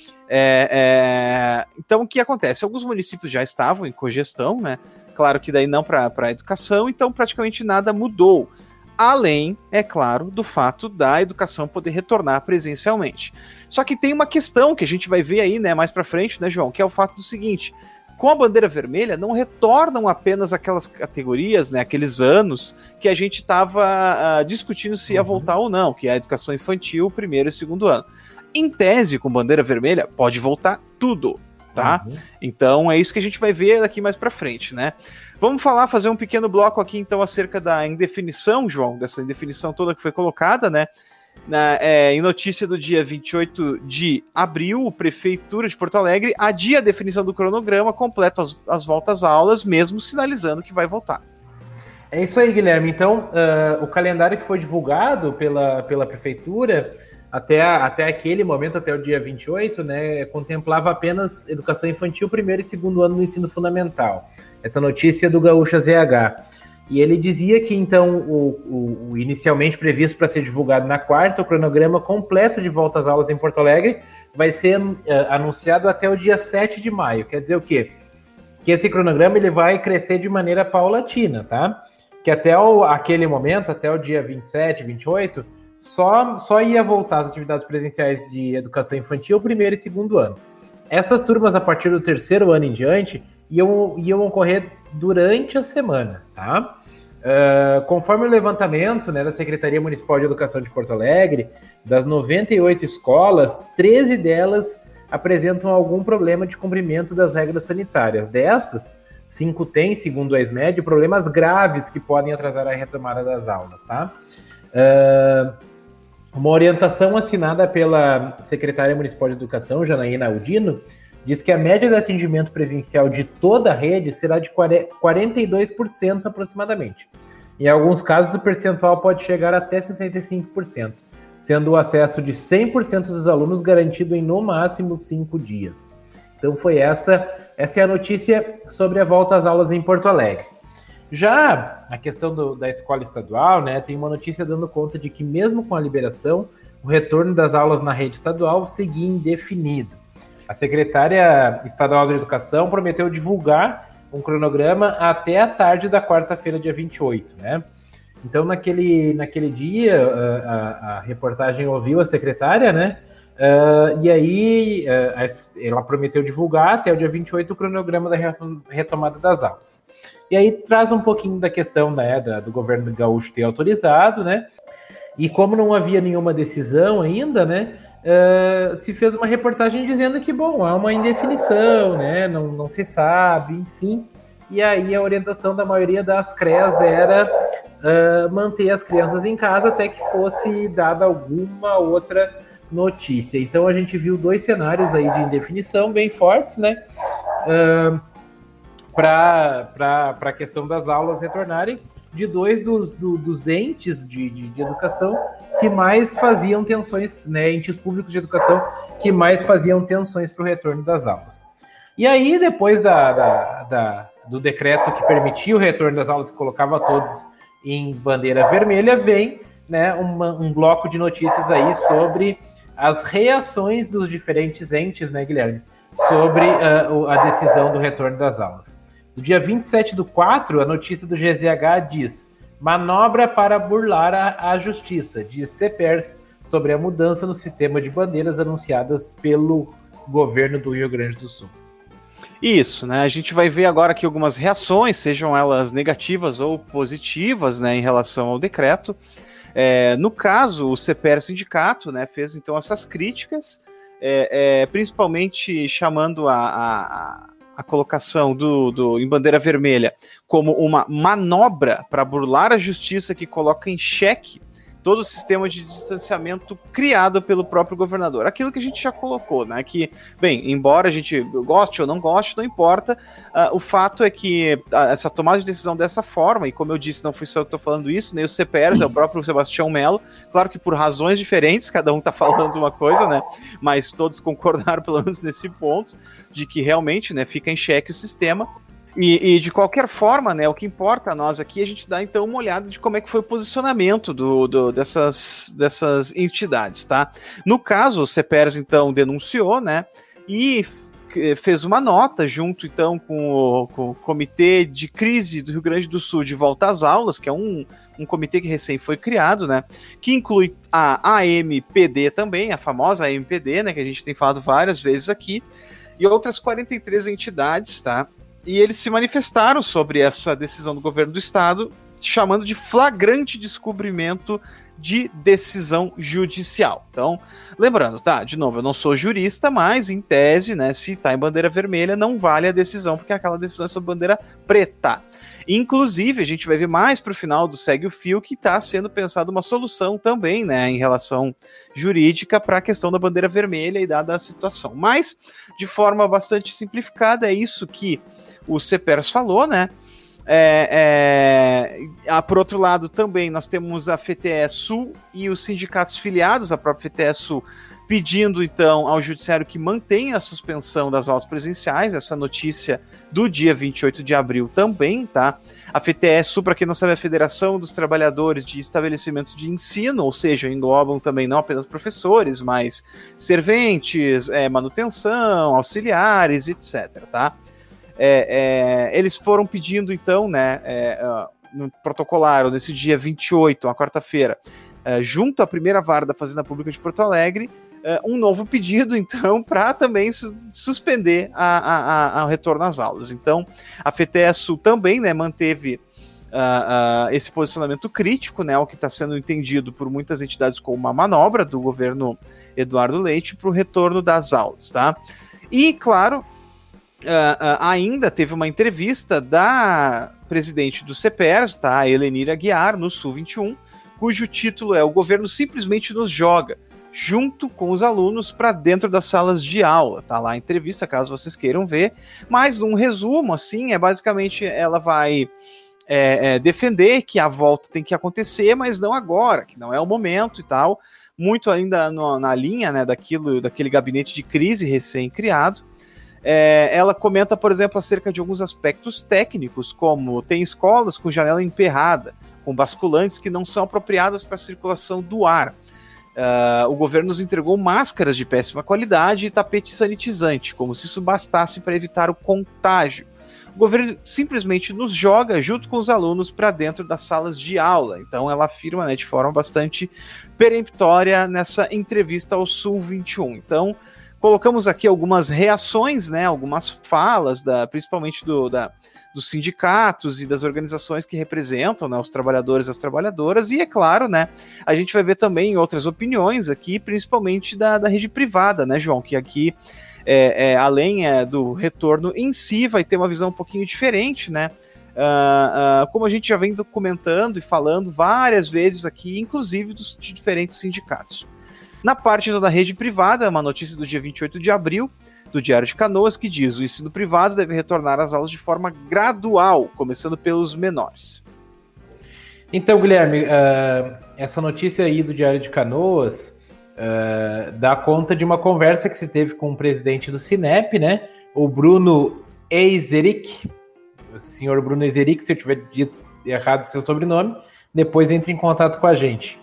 Então, o que acontece? Alguns municípios já estavam em cogestão, né? Claro que daí não para a educação, então praticamente nada mudou. Além, é claro, do fato da educação poder retornar presencialmente. Só que tem uma questão que a gente vai ver aí, né, mais para frente, né, João, que é o fato do seguinte: com a bandeira vermelha não retornam apenas aquelas categorias, né, aqueles anos que a gente estava discutindo se ia voltar ou não, que é a educação infantil, primeiro e segundo ano. Em tese, com bandeira vermelha, pode voltar tudo. Tá? Então é isso que a gente vai ver daqui mais para frente, né? Vamos fazer um pequeno bloco aqui então acerca da indefinição, João, dessa indefinição toda que foi colocada, né? Em notícia do dia 28 de abril, a Prefeitura de Porto Alegre adia a definição do cronograma completo as voltas às aulas, mesmo sinalizando que vai voltar. É isso aí, Guilherme. Então, o calendário que foi divulgado pela Prefeitura até aquele momento, até o dia 28, né, contemplava apenas educação infantil, primeiro e segundo ano do ensino fundamental. Essa notícia é do Gaúcha ZH. E ele dizia que, então, o inicialmente previsto para ser divulgado na quarta, o cronograma completo de volta às aulas em Porto Alegre vai ser anunciado até o dia 7 de maio. Quer dizer o quê? Que esse cronograma ele vai crescer de maneira paulatina, tá? Que até aquele momento, até o dia 27, 28... Só ia voltar às atividades presenciais de educação infantil primeiro e segundo ano. Essas turmas, a partir do terceiro ano em diante, iam ocorrer durante a semana, tá? Conforme o levantamento, né, da Secretaria Municipal de Educação de Porto Alegre, das 98 escolas, 13 delas apresentam algum problema de cumprimento das regras sanitárias. Dessas, 5 têm, segundo a ESMED, problemas graves que podem atrasar a retomada das aulas, tá? Uma orientação assinada pela secretária municipal de educação, Janaína Aldino, diz que a média de atendimento presencial de toda a rede será de 42% aproximadamente. Em alguns casos, o percentual pode chegar até 65%, sendo o acesso de 100% dos alunos garantido em no máximo 5 dias. Então essa é a notícia sobre a volta às aulas em Porto Alegre. Já a questão da escola estadual, né, tem uma notícia dando conta de que mesmo com a liberação, o retorno das aulas na rede estadual seguia indefinido. A secretária estadual de Educação prometeu divulgar um cronograma até a tarde da quarta-feira, dia 28, né? Então, naquele dia, a reportagem ouviu a secretária, né? E aí ela prometeu divulgar até o dia 28 o cronograma da retomada das aulas. E aí traz um pouquinho da questão, né, do governo gaúcho ter autorizado, né? E como não havia nenhuma decisão ainda, né, se fez uma reportagem dizendo que, bom, há uma indefinição, né, não se sabe, enfim. E aí a orientação da maioria das CREAs era manter as crianças em casa até que fosse dada alguma outra notícia. Então a gente viu 2 cenários aí de indefinição bem fortes, né? para a questão das aulas retornarem, de dois dos entes de educação que mais faziam tensões, né, entes públicos de educação que mais faziam tensões para o retorno das aulas. E aí, depois do decreto que permitia o retorno das aulas, que colocava todos em bandeira vermelha, vem, né, um bloco de notícias aí sobre as reações dos diferentes entes, né, Guilherme, sobre a decisão do retorno das aulas. No dia 27/4, a notícia do GZH diz: manobra para burlar a justiça, diz CEPERS, sobre a mudança no sistema de bandeiras anunciadas pelo governo do Rio Grande do Sul. Isso, né? A gente vai ver agora aqui algumas reações, sejam elas negativas ou positivas, né, em relação ao decreto. No caso, o CEPER Sindicato, né, fez então essas críticas, principalmente chamando a colocação em bandeira vermelha como uma manobra para burlar a justiça que coloca em xeque todo o sistema de distanciamento criado pelo próprio governador. Aquilo que a gente já colocou, né? Que, bem, embora a gente goste ou não goste, não importa, o fato é que essa tomada de decisão dessa forma, e como eu disse, não fui só eu que estou falando isso, nem o CPERS, é o próprio Sebastião Melo, claro que por razões diferentes, cada um está falando uma coisa, né? Mas todos concordaram, pelo menos nesse ponto, de que realmente, né, fica em xeque o sistema. E de qualquer forma, né, o que importa a nós aqui, a gente dá então uma olhada de como é que foi o posicionamento dessas entidades, tá? No caso, o CEPERS então denunciou, né, e fez uma nota junto então com o Comitê de Crise do Rio Grande do Sul de Volta às Aulas, que é um comitê que recém foi criado, né, que inclui a AMPD também, a famosa AMPD, né, que a gente tem falado várias vezes aqui, e outras 43 entidades, tá? E eles se manifestaram sobre essa decisão do governo do estado, chamando de flagrante descobrimento de decisão judicial. Então, lembrando, tá? De novo, eu não sou jurista, mas em tese, né, se tá em bandeira vermelha, não vale a decisão, porque aquela decisão é sobre bandeira preta. Inclusive, a gente vai ver mais para o final do Segue o Fio que está sendo pensada uma solução também, né, em relação jurídica para a questão da bandeira vermelha e dada a situação. Mas, de forma bastante simplificada, é isso que o CEPERS falou, né? Por outro lado, também nós temos a FTE Sul e os sindicatos filiados à própria FTE Sul pedindo, então, ao Judiciário que mantenha a suspensão das aulas presenciais, essa notícia do dia 28 de abril também, tá? A FTE Sul, para quem não sabe, é a Federação dos Trabalhadores de Estabelecimentos de Ensino, ou seja, englobam também não apenas professores, mas serventes, manutenção, auxiliares, etc., tá? Eles foram pedindo, então, né, no protocolaram nesse dia 28, a quarta-feira, junto à primeira vara da Fazenda Pública de Porto Alegre, um novo pedido, então, para também suspender o retorno às aulas. Então, a FTE Sul também, né, manteve esse posicionamento crítico, né, o que está sendo entendido por muitas entidades como uma manobra do governo Eduardo Leite para o retorno das aulas, tá? E, claro, ainda teve uma entrevista da presidente do CEPERS, tá, a Helenira Aguiar, no Sul 21, cujo título é "O governo simplesmente nos joga, junto com os alunos, para dentro das salas de aula". Tá lá a entrevista, caso vocês queiram ver. Mas, num resumo, assim, basicamente ela vai defender que a volta tem que acontecer, mas não agora, que não é o momento e tal. Muito ainda na linha, né, daquele gabinete de crise recém-criado. Ela comenta, por exemplo, acerca de alguns aspectos técnicos, como tem escolas com janela emperrada, com basculantes que não são apropriadas para a circulação do ar. O governo nos entregou máscaras de péssima qualidade e tapete sanitizante, como se isso bastasse para evitar o contágio. O governo simplesmente nos joga junto com os alunos para dentro das salas de aula. Então ela afirma, né, de forma bastante peremptória nessa entrevista ao Sul 21. Então, colocamos aqui algumas reações, né, algumas falas, principalmente dos sindicatos e das organizações que representam, né, os trabalhadores e as trabalhadoras, e é claro, né, a gente vai ver também outras opiniões aqui, principalmente da rede privada, né, João, que aqui, além do retorno em si, vai ter uma visão um pouquinho diferente, né, como a gente já vem documentando e falando várias vezes aqui, inclusive de diferentes sindicatos. Na parte da rede privada, uma notícia do dia 28 de abril, do Diário de Canoas, que diz: o ensino privado deve retornar às aulas de forma gradual, começando pelos menores. Então, Guilherme, essa notícia aí do Diário de Canoas dá conta de uma conversa que se teve com o presidente do Sinep, né? O Bruno Eizeric. O senhor Bruno Eizeric, se eu tiver dito errado seu sobrenome, depois entre em contato com a gente.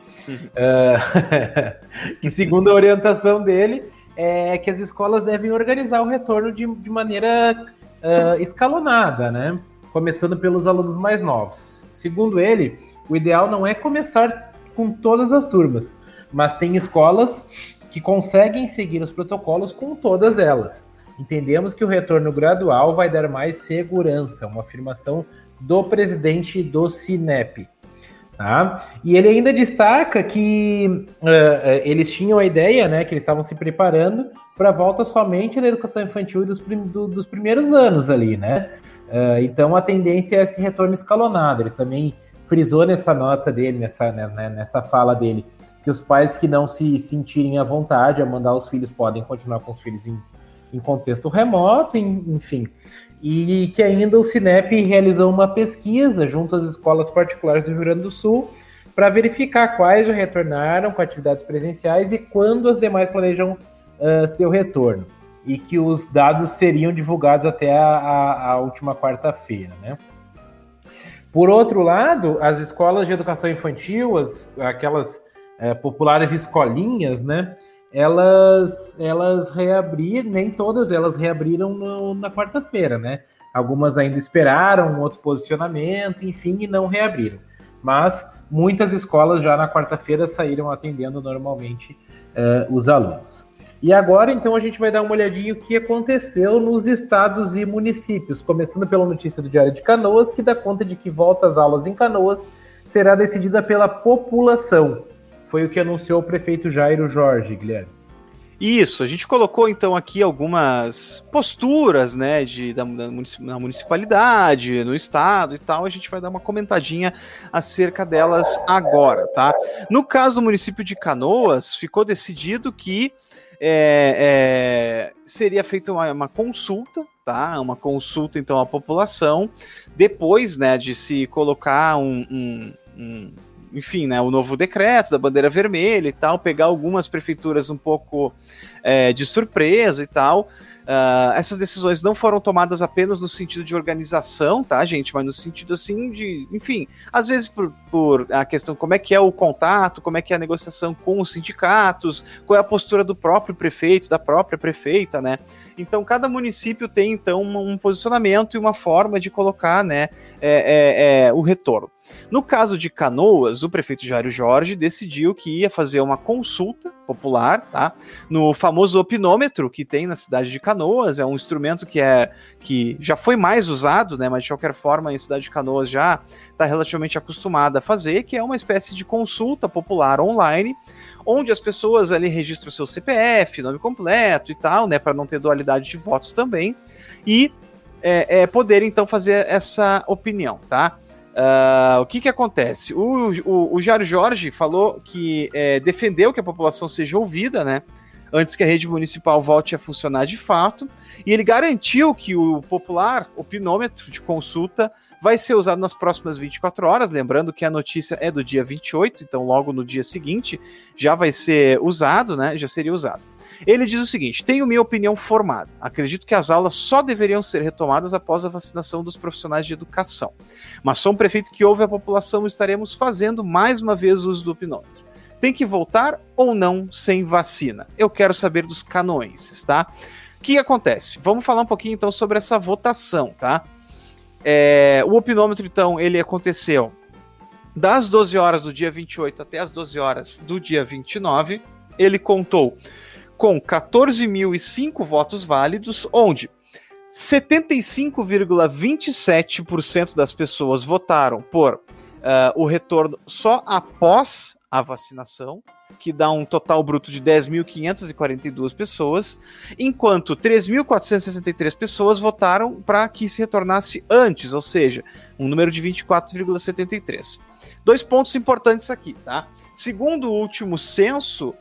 Que segundo a orientação dele, é que as escolas devem organizar o retorno de maneira escalonada, né? Começando pelos alunos mais novos. Segundo ele, o ideal não é começar com todas as turmas, mas tem escolas que conseguem seguir os protocolos com todas elas. Entendemos que o retorno gradual vai dar mais segurança, uma afirmação do presidente do Sinep. Tá? E ele ainda destaca que eles tinham a ideia, né, que eles estavam se preparando para a volta somente da educação infantil e dos primeiros anos ali, né? Então a tendência é esse retorno escalonado. Ele também frisou nessa nota dele, nessa fala dele, que os pais que não se sentirem à vontade a mandar os filhos podem continuar com os filhos em contexto remoto, enfim. E que ainda o Sinep realizou uma pesquisa junto às escolas particulares do Rio Grande do Sul para verificar quais já retornaram com atividades presenciais e quando as demais planejam seu retorno. E que os dados seriam divulgados até a última quarta-feira, né? Por outro lado, as escolas de educação infantil, aquelas populares escolinhas, né? Elas reabriram, nem todas elas reabriram na quarta-feira, né? Algumas ainda esperaram um outro posicionamento, enfim, e não reabriram. Mas muitas escolas já na quarta-feira saíram atendendo normalmente os alunos. E agora, então, a gente vai dar uma olhadinha o que aconteceu nos estados e municípios, começando pela notícia do Diário de Canoas, que dá conta de que volta às aulas em Canoas será decidida pela população. Foi o que anunciou o prefeito Jairo Jorge, Guilherme. Isso, a gente colocou então aqui algumas posturas, né, na municipalidade, no estado e tal. A gente vai dar uma comentadinha acerca delas agora, tá? No caso do município de Canoas, ficou decidido que seria feita uma consulta, tá? Uma consulta então à população, depois, né, de se colocar enfim, né, o novo decreto da bandeira vermelha e tal, pegar algumas prefeituras um pouco de surpresa e tal. Essas decisões não foram tomadas apenas no sentido de organização, tá, gente? Mas no sentido, assim, de, enfim, às vezes por a questão como é que é o contato, como é que é a negociação com os sindicatos, qual é a postura do próprio prefeito, da própria prefeita, né? Então, cada município tem, então, um posicionamento e uma forma de colocar, né, o retorno. No caso de Canoas, o prefeito Jairo Jorge decidiu que ia fazer uma consulta popular, tá, no famoso opinômetro que tem na cidade de Canoas. É um instrumento que já foi mais usado, né, mas de qualquer forma a cidade de Canoas já está relativamente acostumada a fazer, que é uma espécie de consulta popular online, onde as pessoas ali registram seu CPF, nome completo e tal, né, para não ter dualidade de votos também, e poder então fazer essa opinião, tá? O que acontece? O Jairo Jorge falou que defendeu que a população seja ouvida, né, antes que a rede municipal volte a funcionar de fato, e ele garantiu que o popular opinômetro de consulta vai ser usado nas próximas 24 horas, lembrando que a notícia é do dia 28, então logo no dia seguinte já vai ser usado, né, já seria usado. Ele diz o seguinte: tenho minha opinião formada, acredito que as aulas só deveriam ser retomadas após a vacinação dos profissionais de educação, mas sou um prefeito que ouve a população e estaremos fazendo mais uma vez o uso do opinômetro. Tem que voltar ou não sem vacina? Eu quero saber dos canoenses, tá? O que acontece? Vamos falar um pouquinho então sobre essa votação, tá? O opinômetro, então, ele aconteceu das 12 horas do dia 28 até as 12 horas do dia 29. Ele contou com 14.005 votos válidos, onde 75,27% das pessoas votaram por o retorno só após a vacinação, que dá um total bruto de 10.542 pessoas, enquanto 3.463 pessoas votaram para que se retornasse antes, ou seja, um número de 24,73. 2 pontos importantes aqui, tá? Segundo o último censo,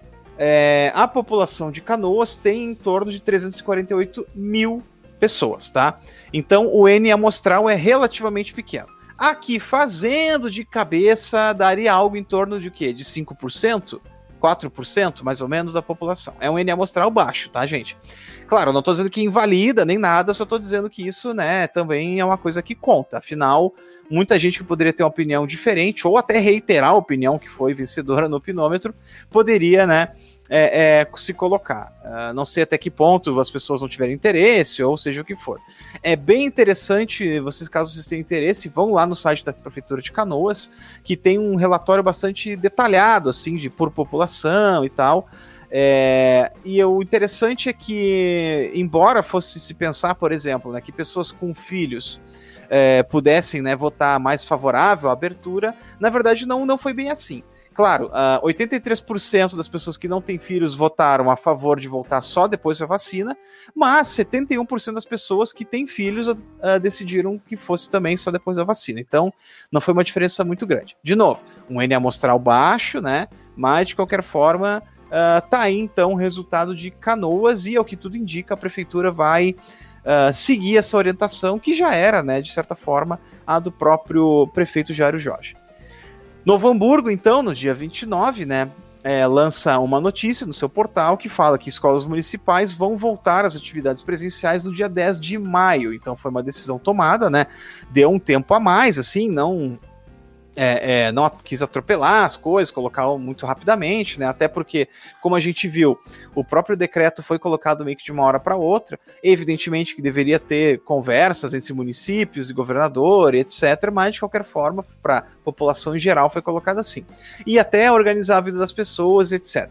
a população de Canoas tem em torno de 348 mil pessoas, tá? Então o N amostral é relativamente pequeno. Aqui, fazendo de cabeça, daria algo em torno de o quê? De 5%? 4%, mais ou menos, da população. É um N amostral baixo, tá, gente? Claro, eu não estou dizendo que invalida nem nada, só estou dizendo que isso, né, também é uma coisa que conta. Afinal, muita gente que poderia ter uma opinião diferente, ou até reiterar a opinião que foi vencedora no opinômetro, poderia, né, se colocar. Não sei até que ponto as pessoas não tiverem interesse, ou seja o que for. É bem interessante, caso vocês tenham interesse, vão lá no site da Prefeitura de Canoas, que tem um relatório bastante detalhado, assim, por população e tal. E o interessante é que, embora fosse se pensar, por exemplo, né, que pessoas com filhos pudessem, né, votar mais favorável à abertura, na verdade não foi bem assim. Claro, 83% das pessoas que não têm filhos votaram a favor de voltar só depois da vacina, mas 71% das pessoas que têm filhos decidiram que fosse também só depois da vacina. Então, não foi uma diferença muito grande. De novo, um N amostral baixo, né? Mas, de qualquer forma, tá aí, então, o resultado de Canoas e, ao que tudo indica, a prefeitura vai seguir essa orientação, que já era, né, de certa forma, a do próprio prefeito Jairo Jorge. Novo Hamburgo, então, no dia 29, né, lança uma notícia no seu portal que fala que escolas municipais vão voltar às atividades presenciais no dia 10 de maio. Então foi uma decisão tomada, né? Deu um tempo a mais, assim, não quis atropelar as coisas, colocar muito rapidamente, né? Até porque, como a gente viu, o próprio decreto foi colocado meio que de uma hora para outra. Evidentemente que deveria ter conversas entre municípios e governador, etc. Mas, de qualquer forma, para a população em geral foi colocado assim. E até organizar a vida das pessoas, etc.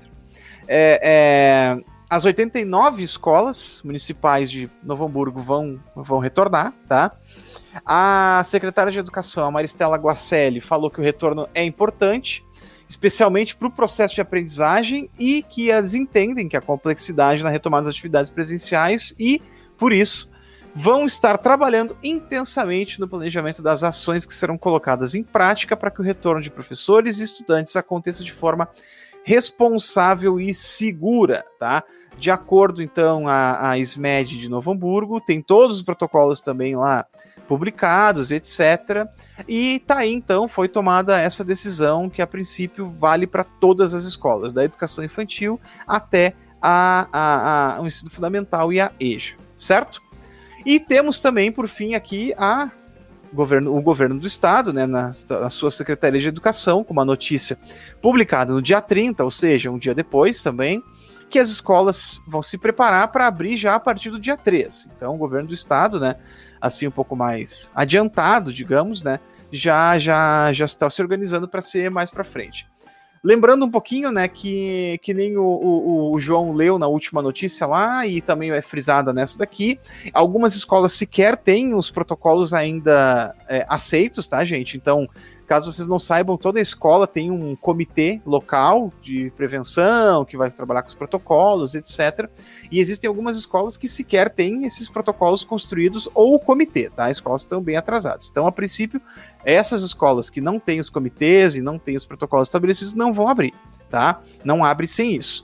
As 89 escolas municipais de Novo Hamburgo vão retornar, tá? A secretária de Educação, a Maristela Guacelli, falou que o retorno é importante, especialmente para o processo de aprendizagem, e que elas entendem que a complexidade na retomada das atividades presenciais e, por isso, vão estar trabalhando intensamente no planejamento das ações que serão colocadas em prática para que o retorno de professores e estudantes aconteça de forma responsável e segura, tá? De acordo, então, a SMED de Novo Hamburgo, tem todos os protocolos também lá publicados, etc. E tá aí, então, foi tomada essa decisão que, a princípio, vale para todas as escolas, da educação infantil até o ensino fundamental e a EJA, certo? E temos também, por fim, aqui o governo do estado, né, na sua Secretaria de Educação, com uma notícia publicada no dia 30, ou seja, um dia depois também, que as escolas vão se preparar para abrir já a partir do dia 3. Então, o governo do estado, né, assim um pouco mais adiantado, digamos, né, já está se organizando para ser mais para frente. Lembrando um pouquinho, né, que nem o João leu na última notícia lá, e também é frisada nessa daqui, algumas escolas sequer têm os protocolos ainda aceitos, tá, gente? Então, caso vocês não saibam, toda escola tem um comitê local de prevenção, que vai trabalhar com os protocolos, etc. E existem algumas escolas que sequer têm esses protocolos construídos, ou o comitê, tá? Escolas estão bem atrasadas. Então, a princípio, essas escolas que não têm os comitês e não têm os protocolos estabelecidos não vão abrir, tá? Não abre sem isso.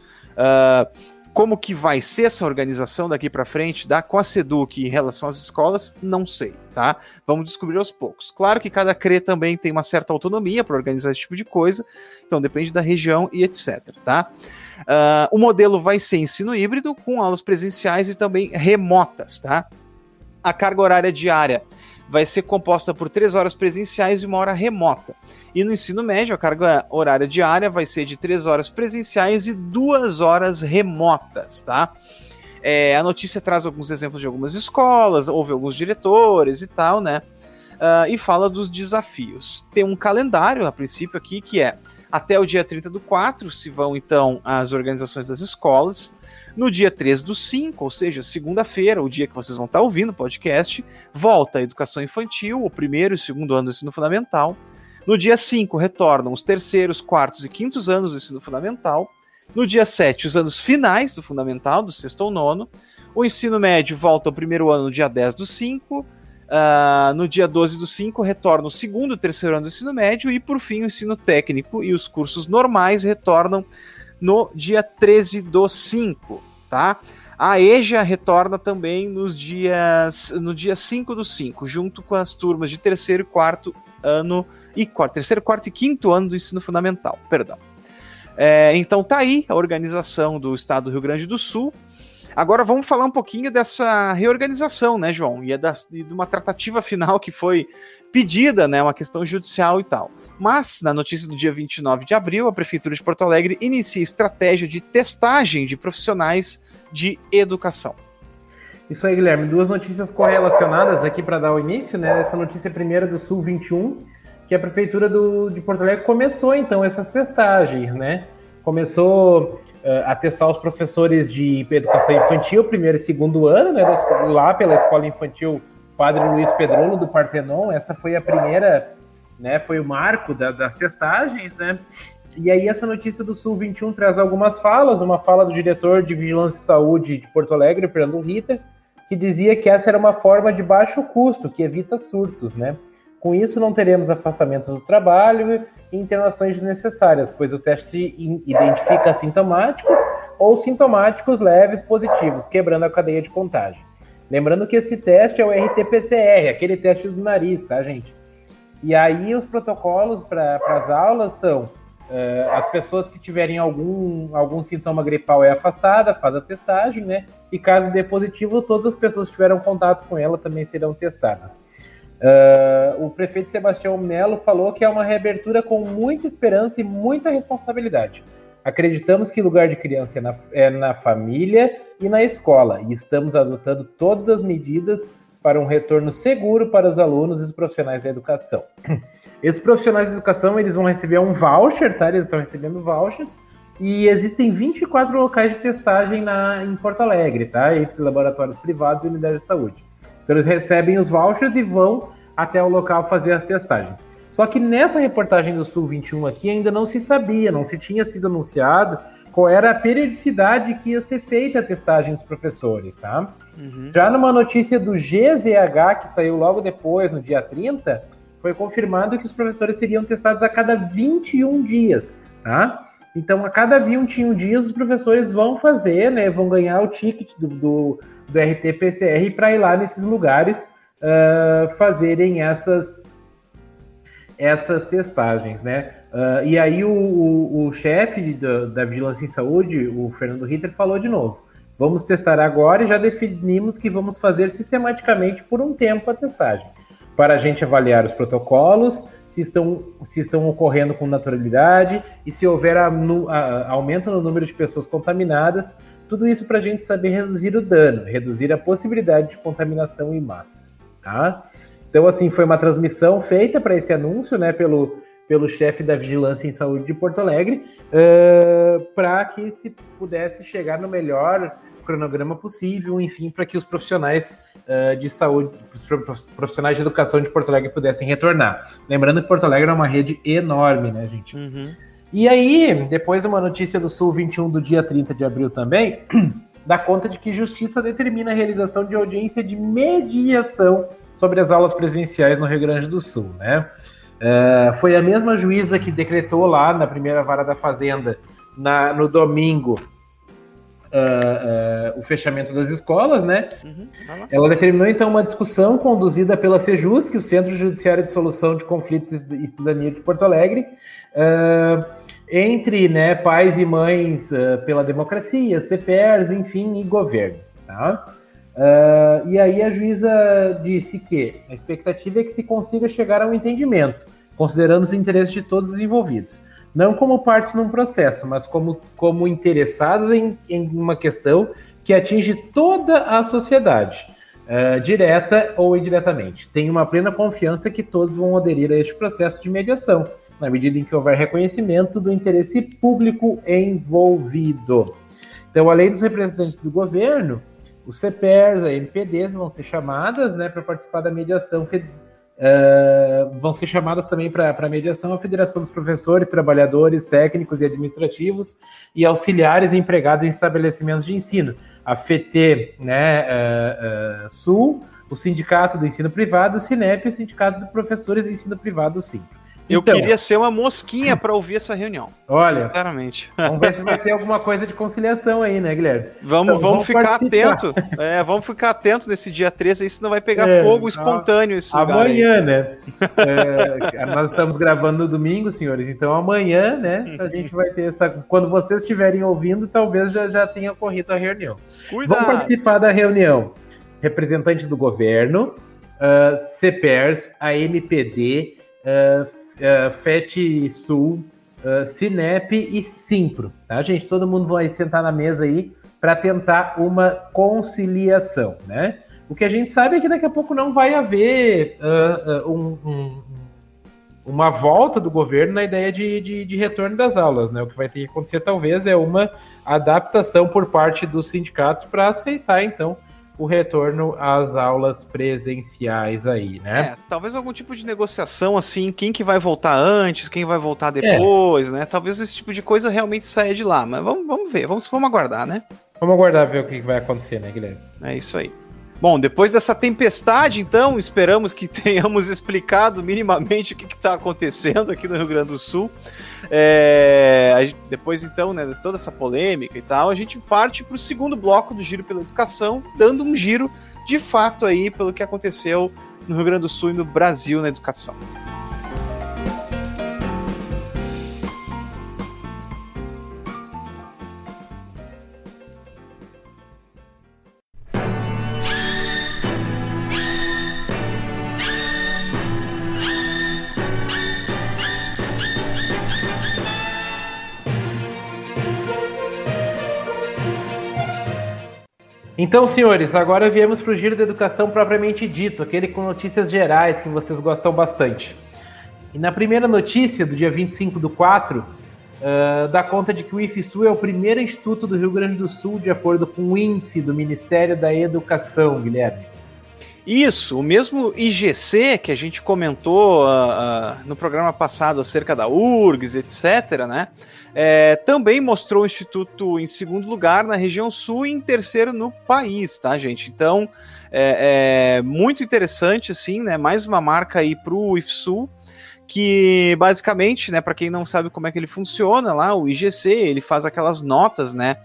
Como que vai ser essa organização daqui para frente com a SEDUC em relação às escolas, não sei, tá? Vamos descobrir aos poucos. Claro que cada CRE também tem uma certa autonomia para organizar esse tipo de coisa, então depende da região e etc, tá? O modelo vai ser ensino híbrido, com aulas presenciais e também remotas, tá? A carga horária diária vai ser composta por 3 horas presenciais e 1 hora remota. E no ensino médio, a carga horária diária vai ser de 3 horas presenciais e 2 horas remotas, tá? A notícia traz alguns exemplos de algumas escolas, houve alguns diretores e tal, né? E fala dos desafios. Tem um calendário, a princípio, aqui, que é até o dia 30/4, se vão, então, as organizações das escolas. No dia 3/5, ou seja, segunda-feira, o dia que vocês vão estar ouvindo o podcast, volta a educação infantil, o primeiro e segundo ano do ensino fundamental. No dia 5, retornam os terceiros, quartos e quintos anos do ensino fundamental. No dia 7, os anos finais do fundamental, do 6º ao 9º. O ensino médio volta ao primeiro ano no dia 10/5. No dia 12/5, retorna o segundo e terceiro ano do ensino médio. E, por fim, o ensino técnico e os cursos normais retornam no dia 13/5, tá? A EJA retorna também no dia 5/5, junto com as turmas de terceiro, quarto e quinto ano do ensino fundamental, perdão. Então tá aí a organização do estado do Rio Grande do Sul. Agora vamos falar um pouquinho dessa reorganização, né, João? E de uma tratativa final que foi pedida, né, uma questão judicial e tal. Mas, na notícia do dia 29 de abril, a Prefeitura de Porto Alegre inicia estratégia de testagem de profissionais de educação. Isso aí, Guilherme. Duas notícias correlacionadas aqui para dar o início, né? Essa notícia primeira do Sul 21, que a Prefeitura de Porto Alegre começou, então, essas testagens, né? Começou a testar os professores de educação infantil, primeiro e segundo ano, né? Lá pela Escola Infantil Padre Luiz Pedrolo, do Partenon. Essa foi a primeira, né? Foi o marco das testagens, né? E aí essa notícia do Sul 21 traz algumas falas, uma fala do diretor de Vigilância e Saúde de Porto Alegre, Fernando Ritter, que dizia que essa era uma forma de baixo custo, que evita surtos, né? Com isso não teremos afastamentos do trabalho e internações desnecessárias, pois o teste identifica assintomáticos ou sintomáticos leves positivos, quebrando a cadeia de contágio. Lembrando que esse teste é o RT-PCR, aquele teste do nariz, tá, gente? E aí os protocolos para as aulas são as pessoas que tiverem algum sintoma gripal é afastada, faz a testagem, né? E caso dê positivo, todas as pessoas que tiveram contato com ela também serão testadas. O prefeito Sebastião Melo falou que é uma reabertura com muita esperança e muita responsabilidade. Acreditamos que o lugar de criança é na família e na escola, e estamos adotando todas as medidas para um retorno seguro para os alunos e os profissionais da educação. Esses profissionais da educação, eles vão receber um voucher, tá? Eles estão recebendo vouchers, e existem 24 locais de testagem em Porto Alegre, tá? Entre laboratórios privados e unidades de saúde. Então eles recebem os vouchers e vão até o local fazer as testagens. Só que nessa reportagem do Sul 21 aqui ainda não se sabia, não se tinha sido anunciado qual era a periodicidade que ia ser feita a testagem dos professores, tá? Uhum. Já numa notícia do GZH, que saiu logo depois, no dia 30, foi confirmado que os professores seriam testados a cada 21 dias, tá? Então, a cada 21 dias, os professores vão fazer, né, vão ganhar o ticket do RT-PCR para ir lá nesses lugares fazerem essas testagens, né? E aí o chefe da Vigilância em Saúde, o Fernando Ritter, falou de novo: vamos testar agora e já definimos que vamos fazer sistematicamente por um tempo a testagem, para a gente avaliar os protocolos, se estão ocorrendo com naturalidade e se houver aumento no número de pessoas contaminadas, tudo isso para a gente saber reduzir o dano, reduzir a possibilidade de contaminação em massa, tá? Então, assim, foi uma transmissão feita para esse anúncio, né, pelo chefe da Vigilância em Saúde de Porto Alegre, para que se pudesse chegar no melhor cronograma possível, enfim, para que os profissionais de saúde, os profissionais de educação de Porto Alegre pudessem retornar. Lembrando que Porto Alegre é uma rede enorme, né, gente? Uhum. E aí, depois uma notícia do Sul 21 do dia 30 de abril também, dá conta de que Justiça determina a realização de audiência de mediação sobre as aulas presenciais no Rio Grande do Sul, né? Foi a mesma juíza que decretou lá na primeira vara da Fazenda, no domingo, o fechamento das escolas, né? Uhum. Ela determinou, então, uma discussão conduzida pela Sejusc, o Centro Judiciário de Solução de Conflitos e Cidadania de Porto Alegre, entre, né, pais e mães pela democracia, CPERS, enfim, e governo, tá? E aí a juíza disse que a expectativa é que se consiga chegar a um entendimento, considerando os interesses de todos os envolvidos, não como partes num processo, mas como interessados em uma questão que atinge toda a sociedade, direta ou indiretamente. Tenho uma plena confiança que todos vão aderir a este processo de mediação, na medida em que houver reconhecimento do interesse público envolvido. Então, além dos representantes do governo, os CPERs, a MPDs vão ser chamadas, né, para participar da mediação. Vão ser chamadas também para a mediação a Federação dos Professores, Trabalhadores, Técnicos e Administrativos e Auxiliares empregados em estabelecimentos de ensino, a FET, né, Sul, o Sindicato do Ensino Privado, o SINEP e o Sindicato de Professores do Ensino Privado, SIMP. Eu queria ser uma mosquinha para ouvir essa reunião. Olha, sinceramente. Vamos ver se vai ter alguma coisa de conciliação aí, né, Guilherme? Vamos ficar atento. Vamos ficar atento nesse dia 13 aí, senão vai pegar fogo espontâneo esse lugar amanhã, aí. Né? Nós estamos gravando no domingo, senhores, então amanhã, né, a gente vai ter essa... Quando vocês estiverem ouvindo, talvez já tenha ocorrido a reunião. Cuidado. Vão participar da reunião representantes do governo, CEPERS, a MPD, FET-Sul, Cinep e Simpro, tá, gente? Todo mundo vai sentar na mesa aí para tentar uma conciliação, né? O que a gente sabe é que daqui a pouco não vai haver uma volta do governo na ideia de retorno das aulas, né? O que vai ter que acontecer talvez é uma adaptação por parte dos sindicatos para aceitar, então, o retorno às aulas presenciais aí, né? Talvez algum tipo de negociação, assim, quem que vai voltar antes, quem vai voltar depois, né? Talvez esse tipo de coisa realmente saia de lá, mas vamos ver, vamos aguardar, né? Vamos aguardar ver o que vai acontecer, né, Guilherme? É isso aí. Bom, depois dessa tempestade, então, esperamos que tenhamos explicado minimamente o que está acontecendo aqui no Rio Grande do Sul. Depois, então, né, de toda essa polêmica e tal, a gente parte para o segundo bloco do Giro pela Educação, dando um giro, de fato, aí, pelo que aconteceu no Rio Grande do Sul e no Brasil na educação. Então, senhores, agora viemos para o Giro da Educação propriamente dito, aquele com notícias gerais que vocês gostam bastante. E na primeira notícia, do dia 25/4, dá conta de que o IFSU é o primeiro instituto do Rio Grande do Sul, de acordo com o índice do Ministério da Educação, Guilherme. Isso, o mesmo IGC que a gente comentou no programa passado acerca da URGS, etc., né? Também mostrou o Instituto em segundo lugar na região sul e em terceiro no país, tá, gente? Então, muito interessante, assim, né? Mais uma marca aí para o IFSU, que basicamente, né, para quem não sabe como é que ele funciona lá, o IGC, ele faz aquelas notas, né,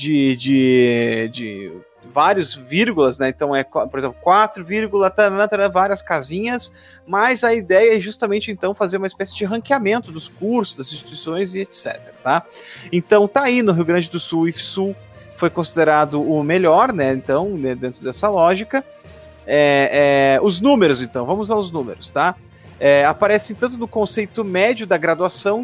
de vários vírgulas, né? Então por exemplo, 4, várias casinhas, mas a ideia é justamente então fazer uma espécie de ranqueamento dos cursos, das instituições e etc, tá? Então tá aí no Rio Grande do Sul, o IFSU foi considerado o melhor, né? Então, dentro dessa lógica, os números, então, vamos aos números, tá? Aparece tanto no conceito médio da graduação,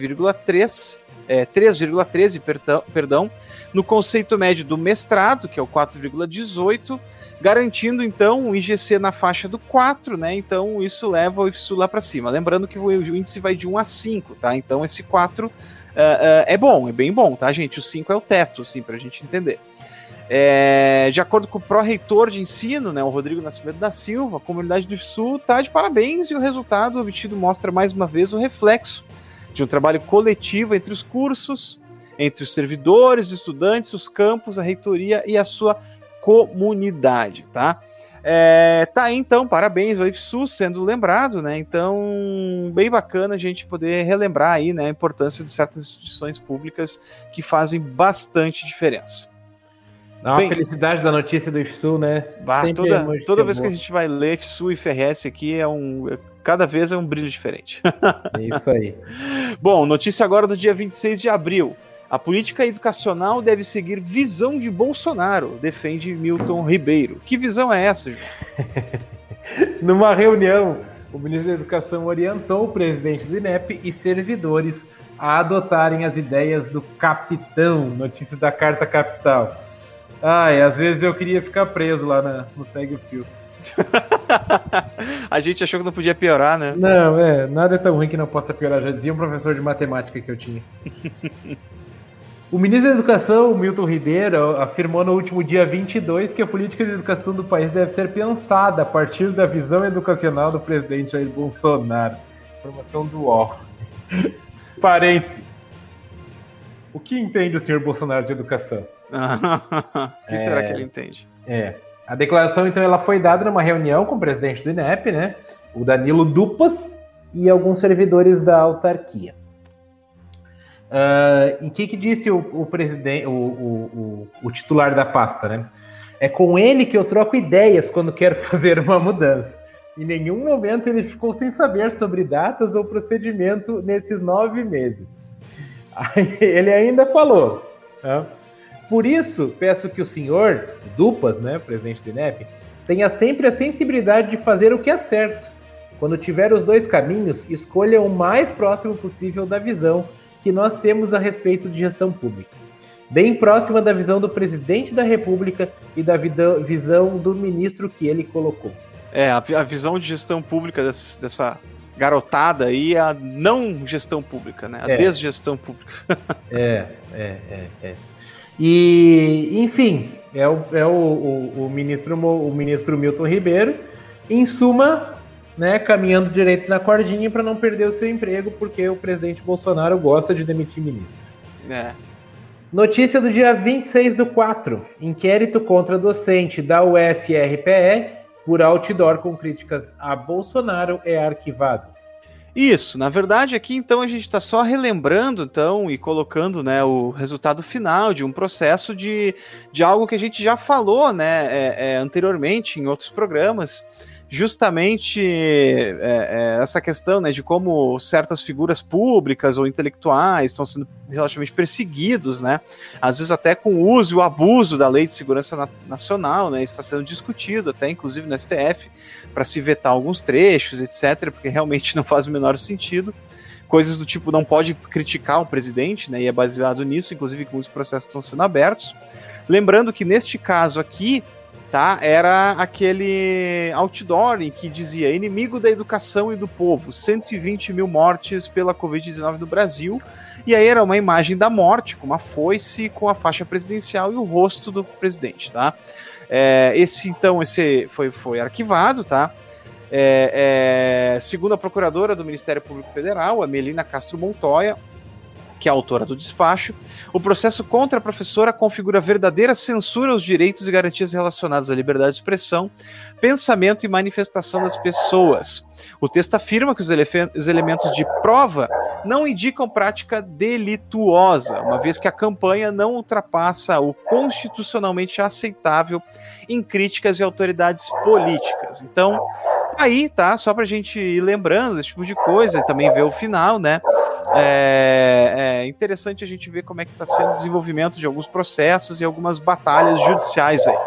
3,13, perdão, no conceito médio do mestrado, que é o 4,18, garantindo, então, um IGC na faixa do 4, né? Então, isso leva o IFSU lá para cima. Lembrando que o índice vai de 1 a 5, tá? Então, esse 4 é bom, é bem bom, tá, gente? O 5 é o teto, assim, para a gente entender. De acordo com o pró-reitor de ensino, né, o Rodrigo Nascimento da Silva, a comunidade do IFSU está de parabéns e o resultado obtido mostra mais uma vez o reflexo de um trabalho coletivo entre os cursos, entre os servidores, os estudantes, os campos, a reitoria e a sua comunidade, tá? Tá aí, então, parabéns ao IFSU sendo lembrado, né? Então, bem bacana a gente poder relembrar aí, né, a importância de certas instituições públicas que fazem bastante diferença. Dá uma felicidade da notícia do IFSU, né? Toda vez que a gente vai ler IFSU e FRS aqui, cada vez é um brilho diferente. É isso aí. Bom, notícia agora do dia 26 de abril. A política educacional deve seguir visão de Bolsonaro, defende Milton Ribeiro. Que visão é essa, João? Numa reunião, o ministro da Educação orientou o presidente do INEP e servidores a adotarem as ideias do capitão, notícia da Carta Capital. Às vezes eu queria ficar preso lá no Segue o Fio. A gente achou que não podia piorar, né? Não, nada é tão ruim que não possa piorar, já dizia um professor de matemática que eu tinha. O ministro da Educação, Milton Ribeiro, afirmou no último dia 22 que a política de educação do país deve ser pensada a partir da visão educacional do presidente Jair Bolsonaro. Informação do UOL. Parêntese. O que entende o senhor Bolsonaro de educação? O que será que ele entende? A declaração, então, ela foi dada numa reunião com o presidente do INEP, né? O Danilo Dupas, e alguns servidores da autarquia. E o que disse o presidente, o titular da pasta, né? É com ele que eu troco ideias quando quero fazer uma mudança. Em nenhum momento ele ficou sem saber sobre datas ou procedimento nesses 9 meses. Aí ele ainda falou, né? Por isso, peço que o senhor, Dupas, né, presidente do INEP, tenha sempre a sensibilidade de fazer o que é certo. Quando tiver os dois caminhos, escolha o mais próximo possível da visão que nós temos a respeito de gestão pública. Bem próxima da visão do presidente da República e da visão do ministro que ele colocou. A visão de gestão pública dessa garotada aí é a não gestão pública, né? A desgestão pública. E, enfim, o ministro Milton Ribeiro, em suma, né, caminhando direito na cordinha para não perder o seu emprego, porque o presidente Bolsonaro gosta de demitir ministro. Notícia do dia 26/4. Inquérito contra docente da UFRPE por outdoor com críticas a Bolsonaro é arquivado. Isso, na verdade aqui então a gente está só relembrando então e colocando, né, o resultado final de um processo de algo que a gente já falou, né, anteriormente em outros programas, justamente essa questão, né, de como certas figuras públicas ou intelectuais estão sendo relativamente perseguidos, né, às vezes até com o uso e o abuso da Lei de Segurança Nacional, né, está sendo discutido até inclusive no STF para se vetar alguns trechos, etc., porque realmente não faz o menor sentido. Coisas do tipo, não pode criticar o presidente, né, e é baseado nisso, inclusive que os processos estão sendo abertos. Lembrando que neste caso aqui, tá, era aquele outdoor em que dizia inimigo da educação e do povo, 120 mil mortes pela Covid-19 no Brasil, e aí era uma imagem da morte, com uma foice, com a faixa presidencial e o rosto do presidente, tá? Esse foi arquivado, tá? Segundo a procuradora do Ministério Público Federal, a Melina Castro Montoya, que é a autora do despacho, o processo contra a professora configura verdadeira censura aos direitos e garantias relacionadas à liberdade de expressão, pensamento e manifestação das pessoas. O texto afirma que os elementos de prova não indicam prática delituosa, uma vez que a campanha não ultrapassa o constitucionalmente aceitável em críticas e autoridades políticas. Então, aí, tá? Só pra gente ir lembrando desse tipo de coisa e também ver o final, né? É interessante a gente ver como é que está sendo o desenvolvimento de alguns processos e algumas batalhas judiciais aí.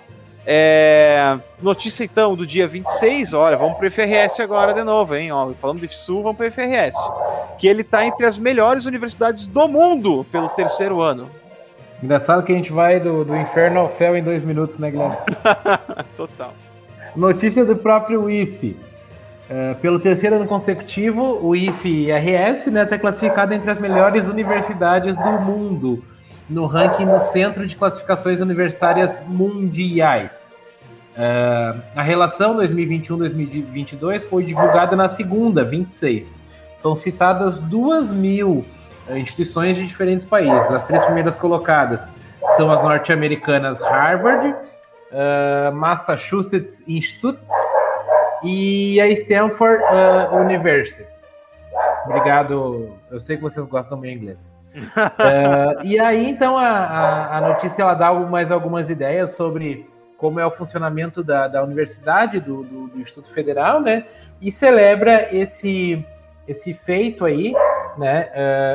Notícia então do dia 26, olha, vamos pro IFRS agora de novo, hein? Ó, falando do IFSU, vamos pro IFRS. Que ele tá entre as melhores universidades do mundo pelo 3º ano. Engraçado que a gente vai do inferno ao céu em 2 minutos, né, Guilherme? Total. Notícia do próprio IFE. Pelo 3º ano consecutivo, o IFE-RS, né, está classificado entre as melhores universidades do mundo, no ranking do Centro de Classificações Universitárias Mundiais. A relação 2021-2022 foi divulgada na segunda, 26. São citadas 2.000 instituições de diferentes países. As 3 primeiras colocadas são as norte-americanas Harvard, Massachusetts Institute e a Stanford University. Obrigado, eu sei que vocês gostam do meu inglês. E aí, então, a notícia ela dá mais algumas ideias sobre como é o funcionamento da universidade, do Instituto Federal, né? E celebra esse feito aí, né?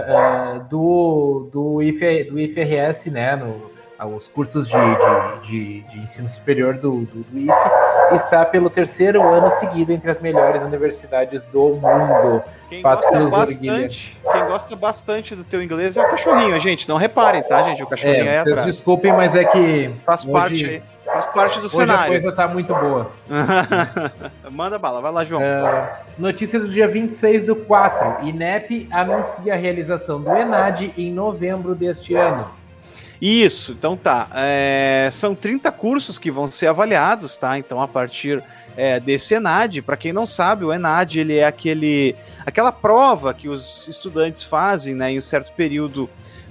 Do IFRS, né? Os cursos de ensino superior do IFE está pelo 3º ano seguido entre as melhores universidades do mundo. Quem gosta bastante do teu inglês é o cachorrinho, gente. Não reparem, tá, gente? O cachorrinho é atrás. Desculpem, mas é que faz parte do cenário. A coisa tá muito boa. Manda bala, vai lá, João. Notícia do dia 26/4. INEP anuncia a realização do ENAD em novembro deste ano. Isso, então tá. São 30 cursos que vão ser avaliados, tá? Então, a partir desse ENAD, para quem não sabe, o ENAD ele é aquela prova que os estudantes fazem, né, em um certo período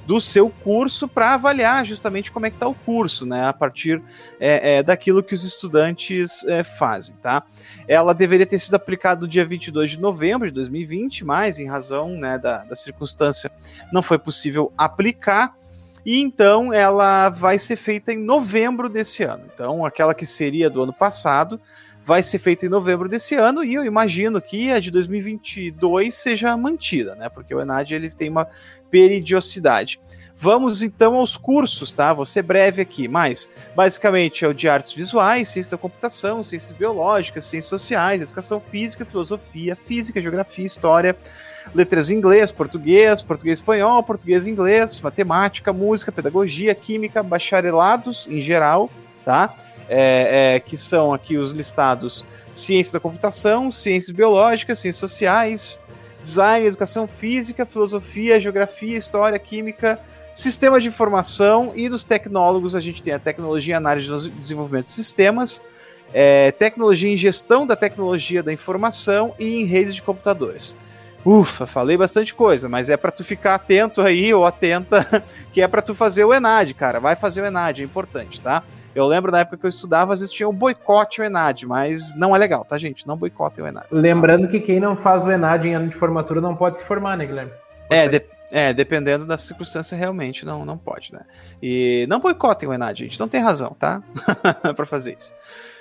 do seu curso para avaliar justamente como é que está o curso, né, a partir daquilo que os estudantes fazem, tá? Ela deveria ter sido aplicada no dia 22 de novembro de 2020, mas em razão, né, da circunstância não foi possível aplicar, e então ela vai ser feita em novembro desse ano. Então aquela que seria do ano passado vai ser feita em novembro desse ano, e eu imagino que a de 2022 seja mantida, né? Porque o ENAD ele tem uma periodicidade. Vamos então aos cursos, tá? Vou ser breve aqui, mas basicamente é o de artes visuais, ciência da computação, ciências biológicas, ciências sociais, educação física, filosofia, física, geografia, história, letras em inglês, português, português-espanhol, português-inglês, matemática, música, pedagogia, química, bacharelados em geral, tá? Que são aqui os listados: ciência da computação, ciências biológicas, ciências sociais, design, educação física, filosofia, geografia, história, química, sistema de informação, e nos tecnólogos a gente tem a tecnologia e análise de desenvolvimento de sistemas, tecnologia em gestão da tecnologia da informação e em redes de computadores. Ufa, falei bastante coisa, mas é para tu ficar atento aí, ou atenta, que é para tu fazer o ENAD, cara. Vai fazer o ENAD, é importante, tá? Eu lembro na época que eu estudava, às vezes tinha um boicote ao ENAD, mas não é legal, tá, gente? Não boicotem o ENAD. Lembrando que quem não faz o ENAD em ano de formatura não pode se formar, né, Guilherme? Dependendo da circunstância, realmente não pode, né? E não boicotem o ENAD, gente, não tem razão, tá? Para fazer isso.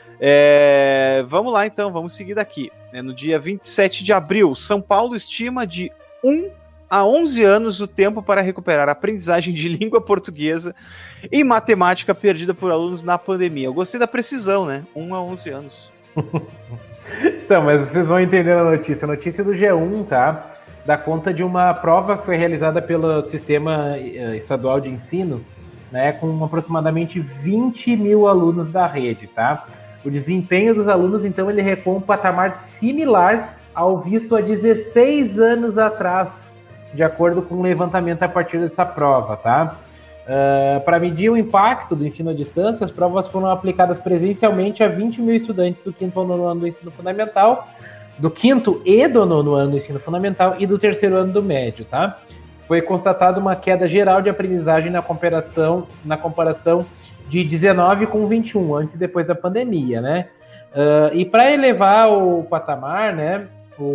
Vamos lá, então, vamos seguir daqui. No dia 27 de abril, São Paulo estima de 1 a 11 anos o tempo para recuperar a aprendizagem de língua portuguesa e matemática perdida por alunos na pandemia. Eu gostei da precisão, né? 1 a 11 anos. Então, mas vocês vão entender a notícia. A notícia do G1, tá? Dá conta de uma prova que foi realizada pelo Sistema Estadual de Ensino, né? Com aproximadamente 20 mil alunos da rede, tá? O desempenho dos alunos, então, ele recuou um patamar similar ao visto há 16 anos atrás, de acordo com o levantamento a partir dessa prova, tá? Para medir o impacto do ensino à distância, as provas foram aplicadas presencialmente a 20 mil estudantes do 5º ao 9º ano do ensino fundamental, do 5º e do 9º ano do ensino fundamental e do 3º ano do médio, tá? Foi constatada uma queda geral de aprendizagem na comparação de 19 com 21, antes e depois da pandemia, né? E para elevar o patamar, né,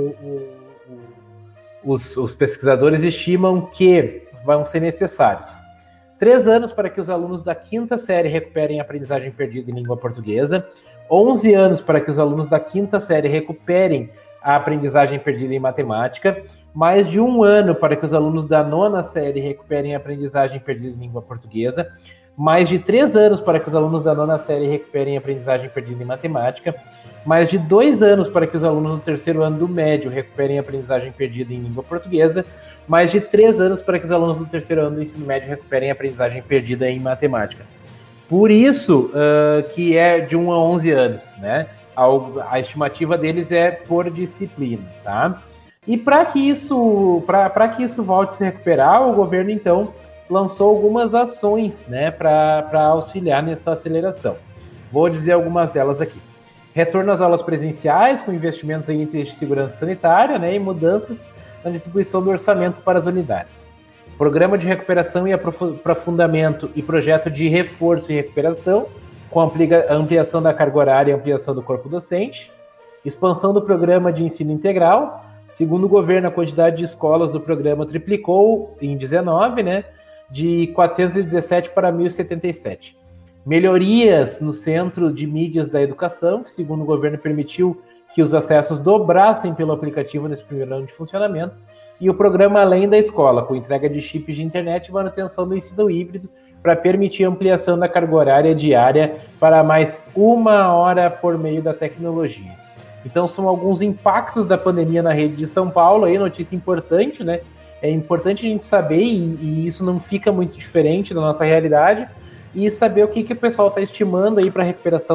os pesquisadores estimam que vão ser necessários 3 anos para que os alunos da 5ª série recuperem a aprendizagem perdida em língua portuguesa, 11 anos para que os alunos da 5ª série recuperem a aprendizagem perdida em matemática, mais de 1 ano para que os alunos da 9ª série recuperem a aprendizagem perdida em língua portuguesa, mais de 3 anos para que os alunos da 9ª série recuperem a aprendizagem perdida em matemática, mais de 2 anos para que os alunos do 3º ano do médio recuperem a aprendizagem perdida em língua portuguesa, mais de 3 anos para que os alunos do 3º ano do ensino médio recuperem a aprendizagem perdida em matemática. Por isso que é de 1 a 11 anos, né? A estimativa deles é por disciplina, tá? E para que isso volte a se recuperar, o governo, então, lançou algumas ações, né, para auxiliar nessa aceleração. Vou dizer algumas delas aqui. Retorno às aulas presenciais, com investimentos em itens de segurança sanitária, né, e mudanças na distribuição do orçamento para as unidades. Programa de recuperação e aprofundamento e projeto de reforço e recuperação, com ampliação da carga horária e ampliação do corpo docente. Expansão do programa de ensino integral. Segundo o governo, a quantidade de escolas do programa triplicou em 19, né, de 417 para 1.077. Melhorias no Centro de Mídias da Educação, que, segundo o governo, permitiu que os acessos dobrassem pelo aplicativo nesse primeiro ano de funcionamento, e o programa Além da Escola, com entrega de chips de internet e manutenção do ensino híbrido, para permitir a ampliação da carga horária diária para mais 1 hora por meio da tecnologia. Então, são alguns impactos da pandemia na rede de São Paulo, aí, notícia importante, né? É importante a gente saber, e isso não fica muito diferente da nossa realidade, e saber o que o pessoal está estimando aí para a recuperação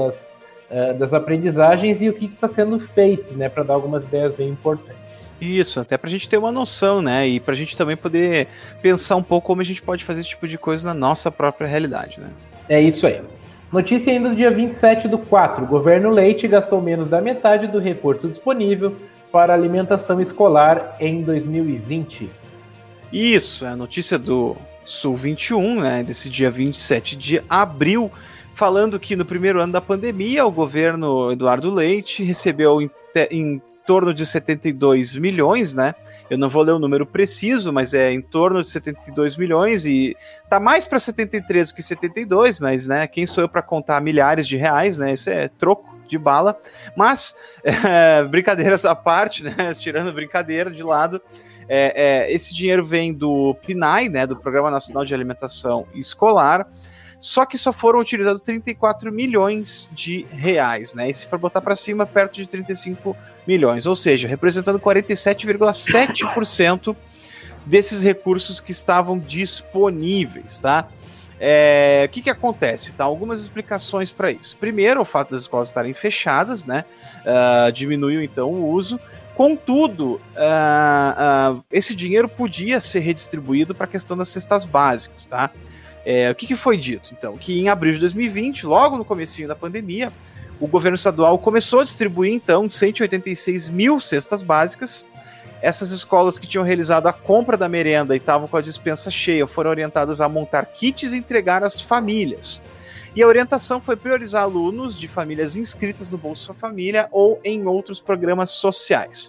das aprendizagens e o que está sendo feito, né, para dar algumas ideias bem importantes. Isso, até para a gente ter uma noção, né, e para a gente também poder pensar um pouco como a gente pode fazer esse tipo de coisa na nossa própria realidade, né. É isso aí. Notícia ainda do dia 27/4, o governo Leite gastou menos da metade do recurso disponível para alimentação escolar em 2020. Isso, é a notícia do Sul 21, né, desse dia 27 de abril, falando que no primeiro ano da pandemia, o governo Eduardo Leite recebeu em torno de 72 milhões, né? Eu não vou ler o número preciso, mas é em torno de 72 milhões e tá mais para 73 do que 72, mas, né, quem sou eu para contar milhares de reais, né? Isso é troco de bala, mas brincadeiras à parte, né? Tirando brincadeira de lado, esse dinheiro vem do PNAE, né? Do Programa Nacional de Alimentação Escolar. Só que só foram utilizados 34 milhões de reais, né? E se for botar para cima, perto de 35 milhões, ou seja, representando 47,7% desses recursos que estavam disponíveis, tá? O que acontece? Tá? Algumas explicações para isso. Primeiro, o fato das escolas estarem fechadas, né? Diminuiu então o uso. Contudo, esse dinheiro podia ser redistribuído para a questão das cestas básicas, tá? O que foi dito? Então, que em abril de 2020, logo no comecinho da pandemia, o governo estadual começou a distribuir, então, 186 mil cestas básicas. Essas escolas que tinham realizado a compra da merenda e estavam com a despensa cheia foram orientadas a montar kits e entregar às famílias. E a orientação foi priorizar alunos de famílias inscritas no Bolsa Família ou em outros programas sociais.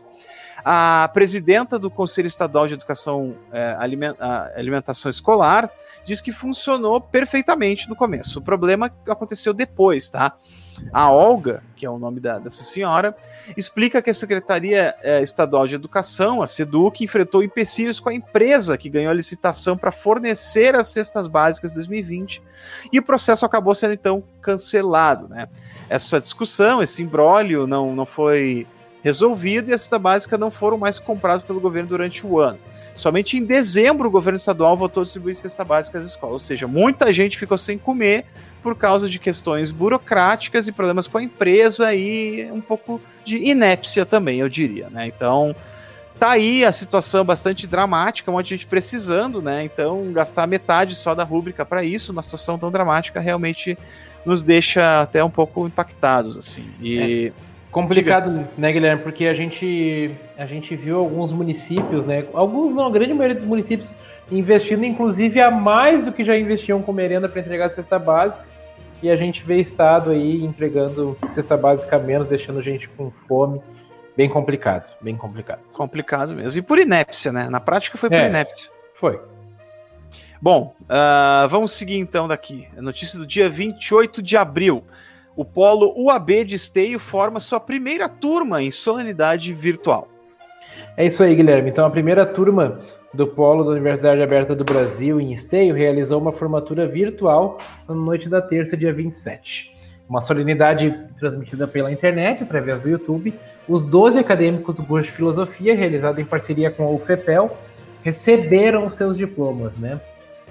A presidenta do Conselho Estadual de Educação Alimentação Escolar diz que funcionou perfeitamente no começo. O problema aconteceu depois, tá? A Olga, que é o nome dessa senhora, explica que a Secretaria Estadual de Educação, a SEDUC, enfrentou empecilhos com a empresa que ganhou a licitação para fornecer as cestas básicas de 2020 e o processo acabou sendo, então, cancelado, né? Essa discussão, esse imbróglio não foi resolvido e a cesta básica não foram mais compradas pelo governo durante o ano. Somente em dezembro o governo estadual voltou a distribuir cesta básica às escolas, ou seja, muita gente ficou sem comer por causa de questões burocráticas e problemas com a empresa e um pouco de inépcia também, eu diria, né? Então, tá aí a situação bastante dramática, um monte de gente precisando, né? Então, gastar metade só da rúbrica para isso, numa situação tão dramática, realmente nos deixa até um pouco impactados, assim. E complicado, né, Guilherme? Porque a gente viu alguns municípios, né? Alguns não, a grande maioria dos municípios investindo, inclusive, a mais do que já investiam com merenda para entregar a cesta básica. E a gente vê estado aí entregando cesta básica a menos, deixando gente com fome. Bem complicado, bem complicado. Complicado mesmo. E por inépcia, né? Na prática foi por inépcia. Foi. Bom, vamos seguir então daqui. A notícia do dia 28 de abril. O polo UAB de Esteio forma sua primeira turma em solenidade virtual. É isso aí, Guilherme. Então, a primeira turma do polo da Universidade Aberta do Brasil, em Esteio, realizou uma formatura virtual na noite da terça, dia 27. Uma solenidade transmitida pela internet, através do YouTube. Os 12 acadêmicos do curso de Filosofia, realizado em parceria com a UFPEL, receberam seus diplomas, né?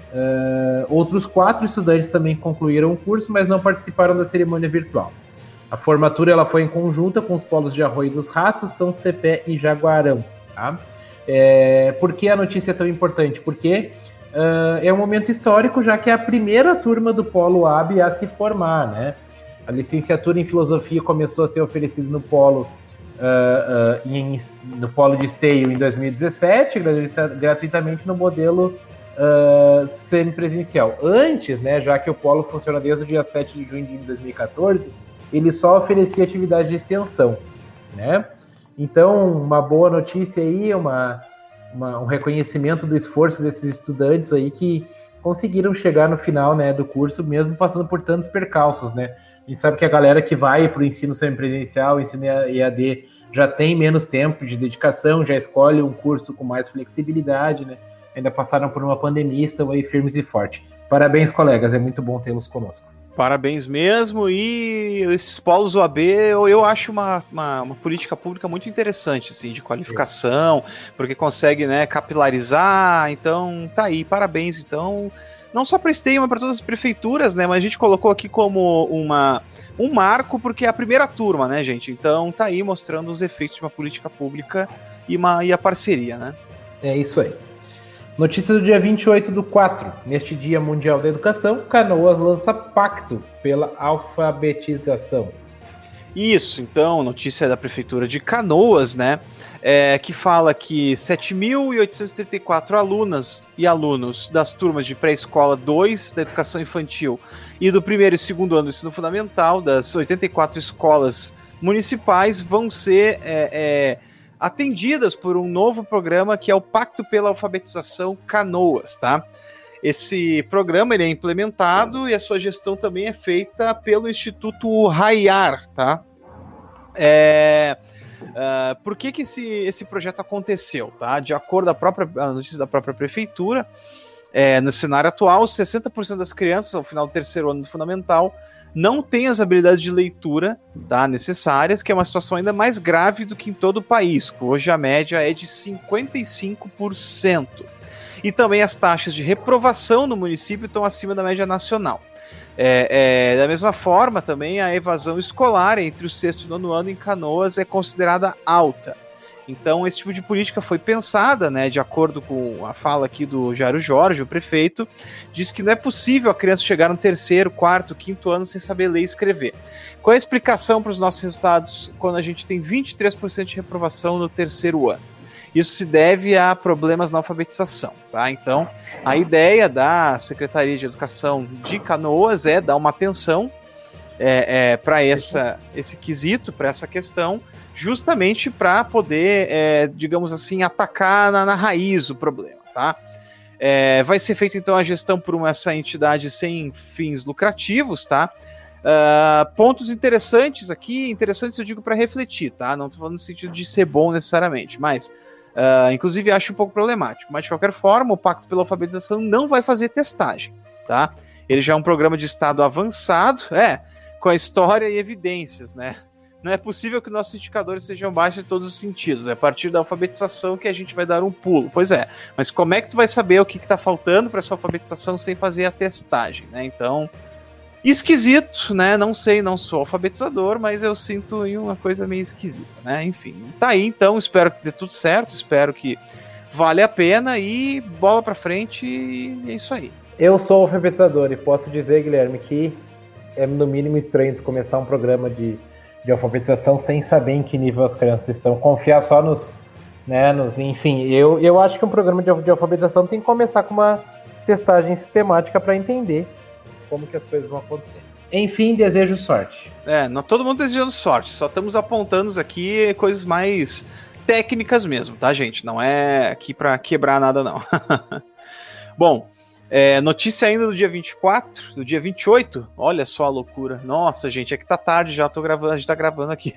Outros 4 estudantes também concluíram o curso, mas não participaram da cerimônia virtual. A formatura ela foi em conjunta com os polos de Arroio dos Ratos, São Cepé e Jaguarão. Tá? Por que a notícia é tão importante? Porque é um momento histórico, já que é a primeira turma do polo AB a se formar, né? A licenciatura em Filosofia começou a ser oferecida no polo de Esteio em 2017, gratuitamente no modelo semipresencial. Antes, né, já que o polo funciona desde o dia 7 de junho de 2014, ele só oferecia atividade de extensão, né? Então, uma boa notícia aí, um reconhecimento do esforço desses estudantes aí que conseguiram chegar no final, né, do curso, mesmo passando por tantos percalços, né? A gente sabe que a galera que vai para o ensino semipresencial, ensino EAD, já tem menos tempo de dedicação, já escolhe um curso com mais flexibilidade, né? Ainda passaram por uma pandemia, estão aí firmes e fortes. Parabéns, colegas, é muito bom tê-los conosco. Parabéns mesmo, e esses polos UAB eu acho uma política pública muito interessante, assim, de qualificação, porque consegue, né, capilarizar, então tá aí, parabéns, então, não só para Esteio, mas para todas as prefeituras, né, mas a gente colocou aqui como um marco, porque é a primeira turma, né, gente, então tá aí mostrando os efeitos de uma política pública e a parceria, né. É isso aí. Notícia do dia 28/4. Neste Dia Mundial da Educação, Canoas lança pacto pela alfabetização. Isso, então, notícia da Prefeitura de Canoas, né, que fala que 7.834 alunas e alunos das turmas de pré-escola 2 da educação infantil e do primeiro e segundo ano do ensino fundamental, das 84 escolas municipais, vão ser atendidas por um novo programa que é o Pacto pela Alfabetização Canoas, tá? Esse programa ele é implementado e a sua gestão também é feita pelo Instituto Raiar, tá? Por que esse projeto aconteceu, tá? De acordo com a notícia da própria prefeitura, no cenário atual, 60% das crianças ao final do terceiro ano do fundamental não têm as habilidades de leitura, tá, necessárias, que é uma situação ainda mais grave do que em todo o país. Hoje a média é de 55%. E também as taxas de reprovação no município estão acima da média nacional. Da mesma forma, também a evasão escolar entre o sexto e nono ano em Canoas é considerada alta. Então, esse tipo de política foi pensada, né, de acordo com a fala aqui do Jairo Jorge, o prefeito, diz que não é possível a criança chegar no terceiro, quarto, quinto ano sem saber ler e escrever. Qual é a explicação para os nossos resultados quando a gente tem 23% de reprovação no terceiro ano? Isso se deve a problemas na alfabetização, tá? Então, a ideia da Secretaria de Educação de Canoas é dar uma atenção para esse quesito, para essa questão, justamente para poder, digamos assim, atacar na raiz o problema, tá? Vai ser feita, então, a gestão por essa entidade sem fins lucrativos, tá? Pontos interessantes aqui, interessantes eu digo para refletir, tá? Não estou falando no sentido de ser bom necessariamente, mas... inclusive acho um pouco problemático, mas de qualquer forma o Pacto pela Alfabetização não vai fazer testagem, tá? Ele já é um programa de estado avançado, com a história e evidências, né? Não é possível que nossos indicadores sejam baixos em todos os sentidos, é a partir da alfabetização que a gente vai dar um pulo. Pois é, mas como é que tu vai saber o que está faltando para essa alfabetização sem fazer a testagem, né? Então, esquisito, né? Não sei, não sou alfabetizador, mas eu sinto uma coisa meio esquisita, né? Enfim, tá aí, então, espero que dê tudo certo, espero que vale a pena e bola pra frente e é isso aí. Eu sou alfabetizador e posso dizer, Guilherme, que é no mínimo estranho tu começar um programa de alfabetização sem saber em que nível as crianças estão, confiar só enfim, eu acho que um programa de alfabetização tem que começar com uma testagem sistemática para entender como que as coisas vão acontecer. Enfim, desejo sorte. Não, todo mundo desejando sorte, só estamos apontando aqui coisas mais técnicas mesmo, tá, gente? Não é aqui para quebrar nada, não. Bom, notícia ainda do dia 24, do dia 28, olha só a loucura. Nossa, gente, é que tá tarde já, a gente tá gravando aqui.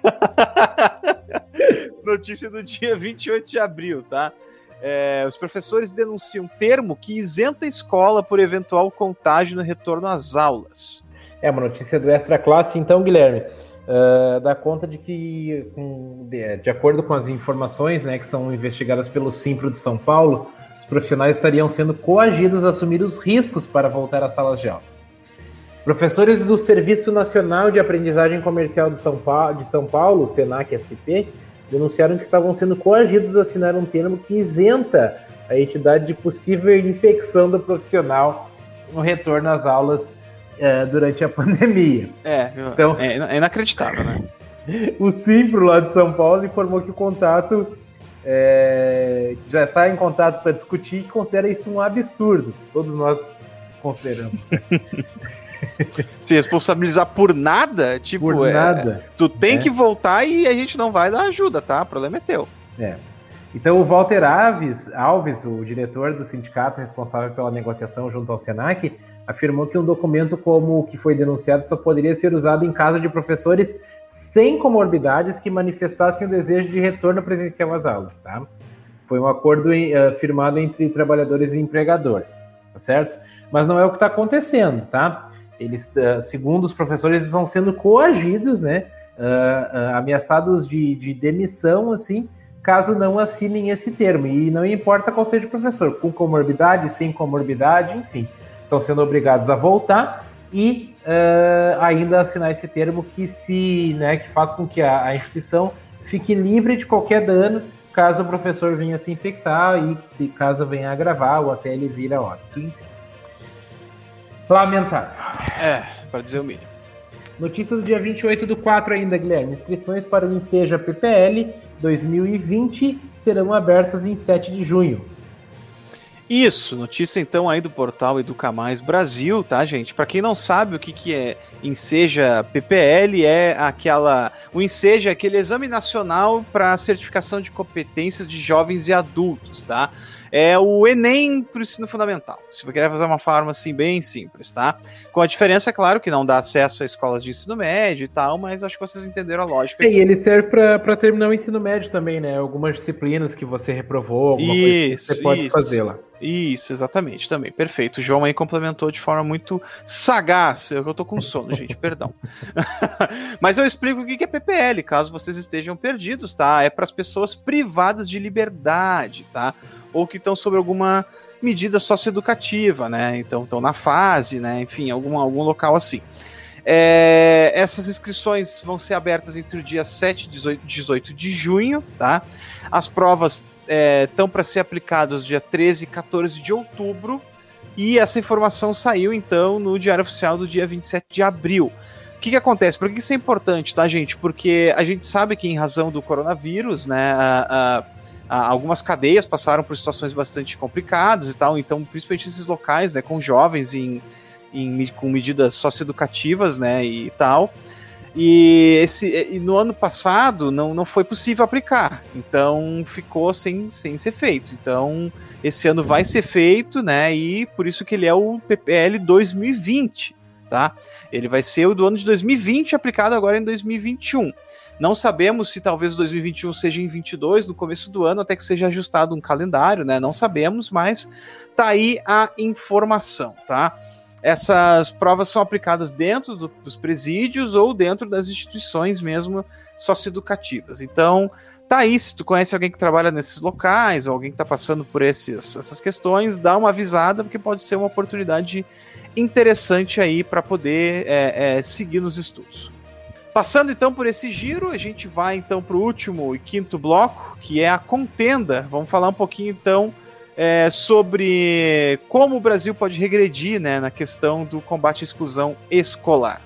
Notícia do dia 28 de abril, tá? Os professores denunciam termo que isenta a escola por eventual contágio no retorno às aulas. Uma notícia do Extra Classe, então, Guilherme, dá conta de que, de acordo com as informações, né, que são investigadas pelo Simpro de São Paulo, os profissionais estariam sendo coagidos a assumir os riscos para voltar às salas de aula. Professores do Serviço Nacional de Aprendizagem Comercial de São Paulo, SENAC-SP, denunciaram que estavam sendo coagidos a assinar um termo que isenta a entidade de possível infecção do profissional no retorno às aulas durante a pandemia. Então, é inacreditável, né? O Simpro, lá de São Paulo, informou que o contato já está em contato para discutir e considera isso um absurdo. Todos nós consideramos. Se responsabilizar por nada, tipo, por nada, tu tem que voltar e a gente não vai dar ajuda, tá? O problema é teu. Então o Walter Alves, o diretor do sindicato responsável pela negociação junto ao Senac, afirmou que um documento como o que foi denunciado só poderia ser usado em caso de professores sem comorbidades que manifestassem o desejo de retorno presencial às aulas, tá? Foi um acordo firmado entre trabalhadores e empregador, tá certo? Mas não é o que está acontecendo, tá? Eles, segundo os professores, estão sendo coagidos, né? Ameaçados de demissão, assim, caso não assinem esse termo. E não importa qual seja o professor, com comorbidade, sem comorbidade, enfim. Estão sendo obrigados a voltar e ainda assinar esse termo que que faz com que a instituição fique livre de qualquer dano caso o professor venha se infectar e caso venha a agravar ou até ele vir a óbito. Enfim. Lamentável. Para dizer o mínimo. Notícia do dia 28/4 ainda, Guilherme. Inscrições para o Enseja PPL 2020 serão abertas em 7 de junho. Isso, notícia então aí do portal Educa Mais Brasil, tá, gente? Para quem não sabe o que é Enseja PPL, o Enseja é aquele exame nacional para certificação de competências de jovens e adultos, tá? É o Enem para o ensino fundamental. Se você quer fazer uma forma assim bem simples, tá? Com a diferença, claro, que não dá acesso a escolas de ensino médio e tal, mas acho que vocês entenderam a lógica. E ele serve para terminar o ensino médio também, né? Algumas disciplinas que você reprovou, alguma coisa que você pode fazer lá. Isso, exatamente, também, perfeito. O João aí complementou de forma muito sagaz. Eu tô com sono, gente, perdão. Mas eu explico o que é PPL, caso vocês estejam perdidos, tá? É para as pessoas privadas de liberdade, tá? Ou que estão sob alguma medida socioeducativa, né? Então estão na fase, né? Enfim, algum local assim. Essas inscrições vão ser abertas entre o dia 7 e 18 de junho, tá? As provas estão para ser aplicadas dia 13 e 14 de outubro, e essa informação saiu, então, no Diário Oficial do dia 27 de abril. O que acontece? Por que isso é importante, tá, gente? Porque a gente sabe que, em razão do coronavírus, né, algumas cadeias passaram por situações bastante complicadas e tal, então, principalmente esses locais, né, com jovens com medidas socioeducativas, né, e tal. E no ano passado não foi possível aplicar, então ficou sem ser feito. Então esse ano vai ser feito, né? E por isso que ele é o PPL 2020, tá? Ele vai ser o do ano de 2020 aplicado agora em 2021. Não sabemos se talvez o 2021 seja em 22, no começo do ano, até que seja ajustado um calendário, né? Não sabemos, mas tá aí a informação, tá? Essas provas são aplicadas dentro dos presídios ou dentro das instituições mesmo socioeducativas. Então, tá aí, se tu conhece alguém que trabalha nesses locais, ou alguém que está passando por essas questões, dá uma avisada, porque pode ser uma oportunidade interessante aí para poder seguir nos estudos. Passando então por esse giro, a gente vai então para o último e quinto bloco, que é a contenda. Vamos falar um pouquinho então sobre como o Brasil pode regredir, né, na questão do combate à exclusão escolar.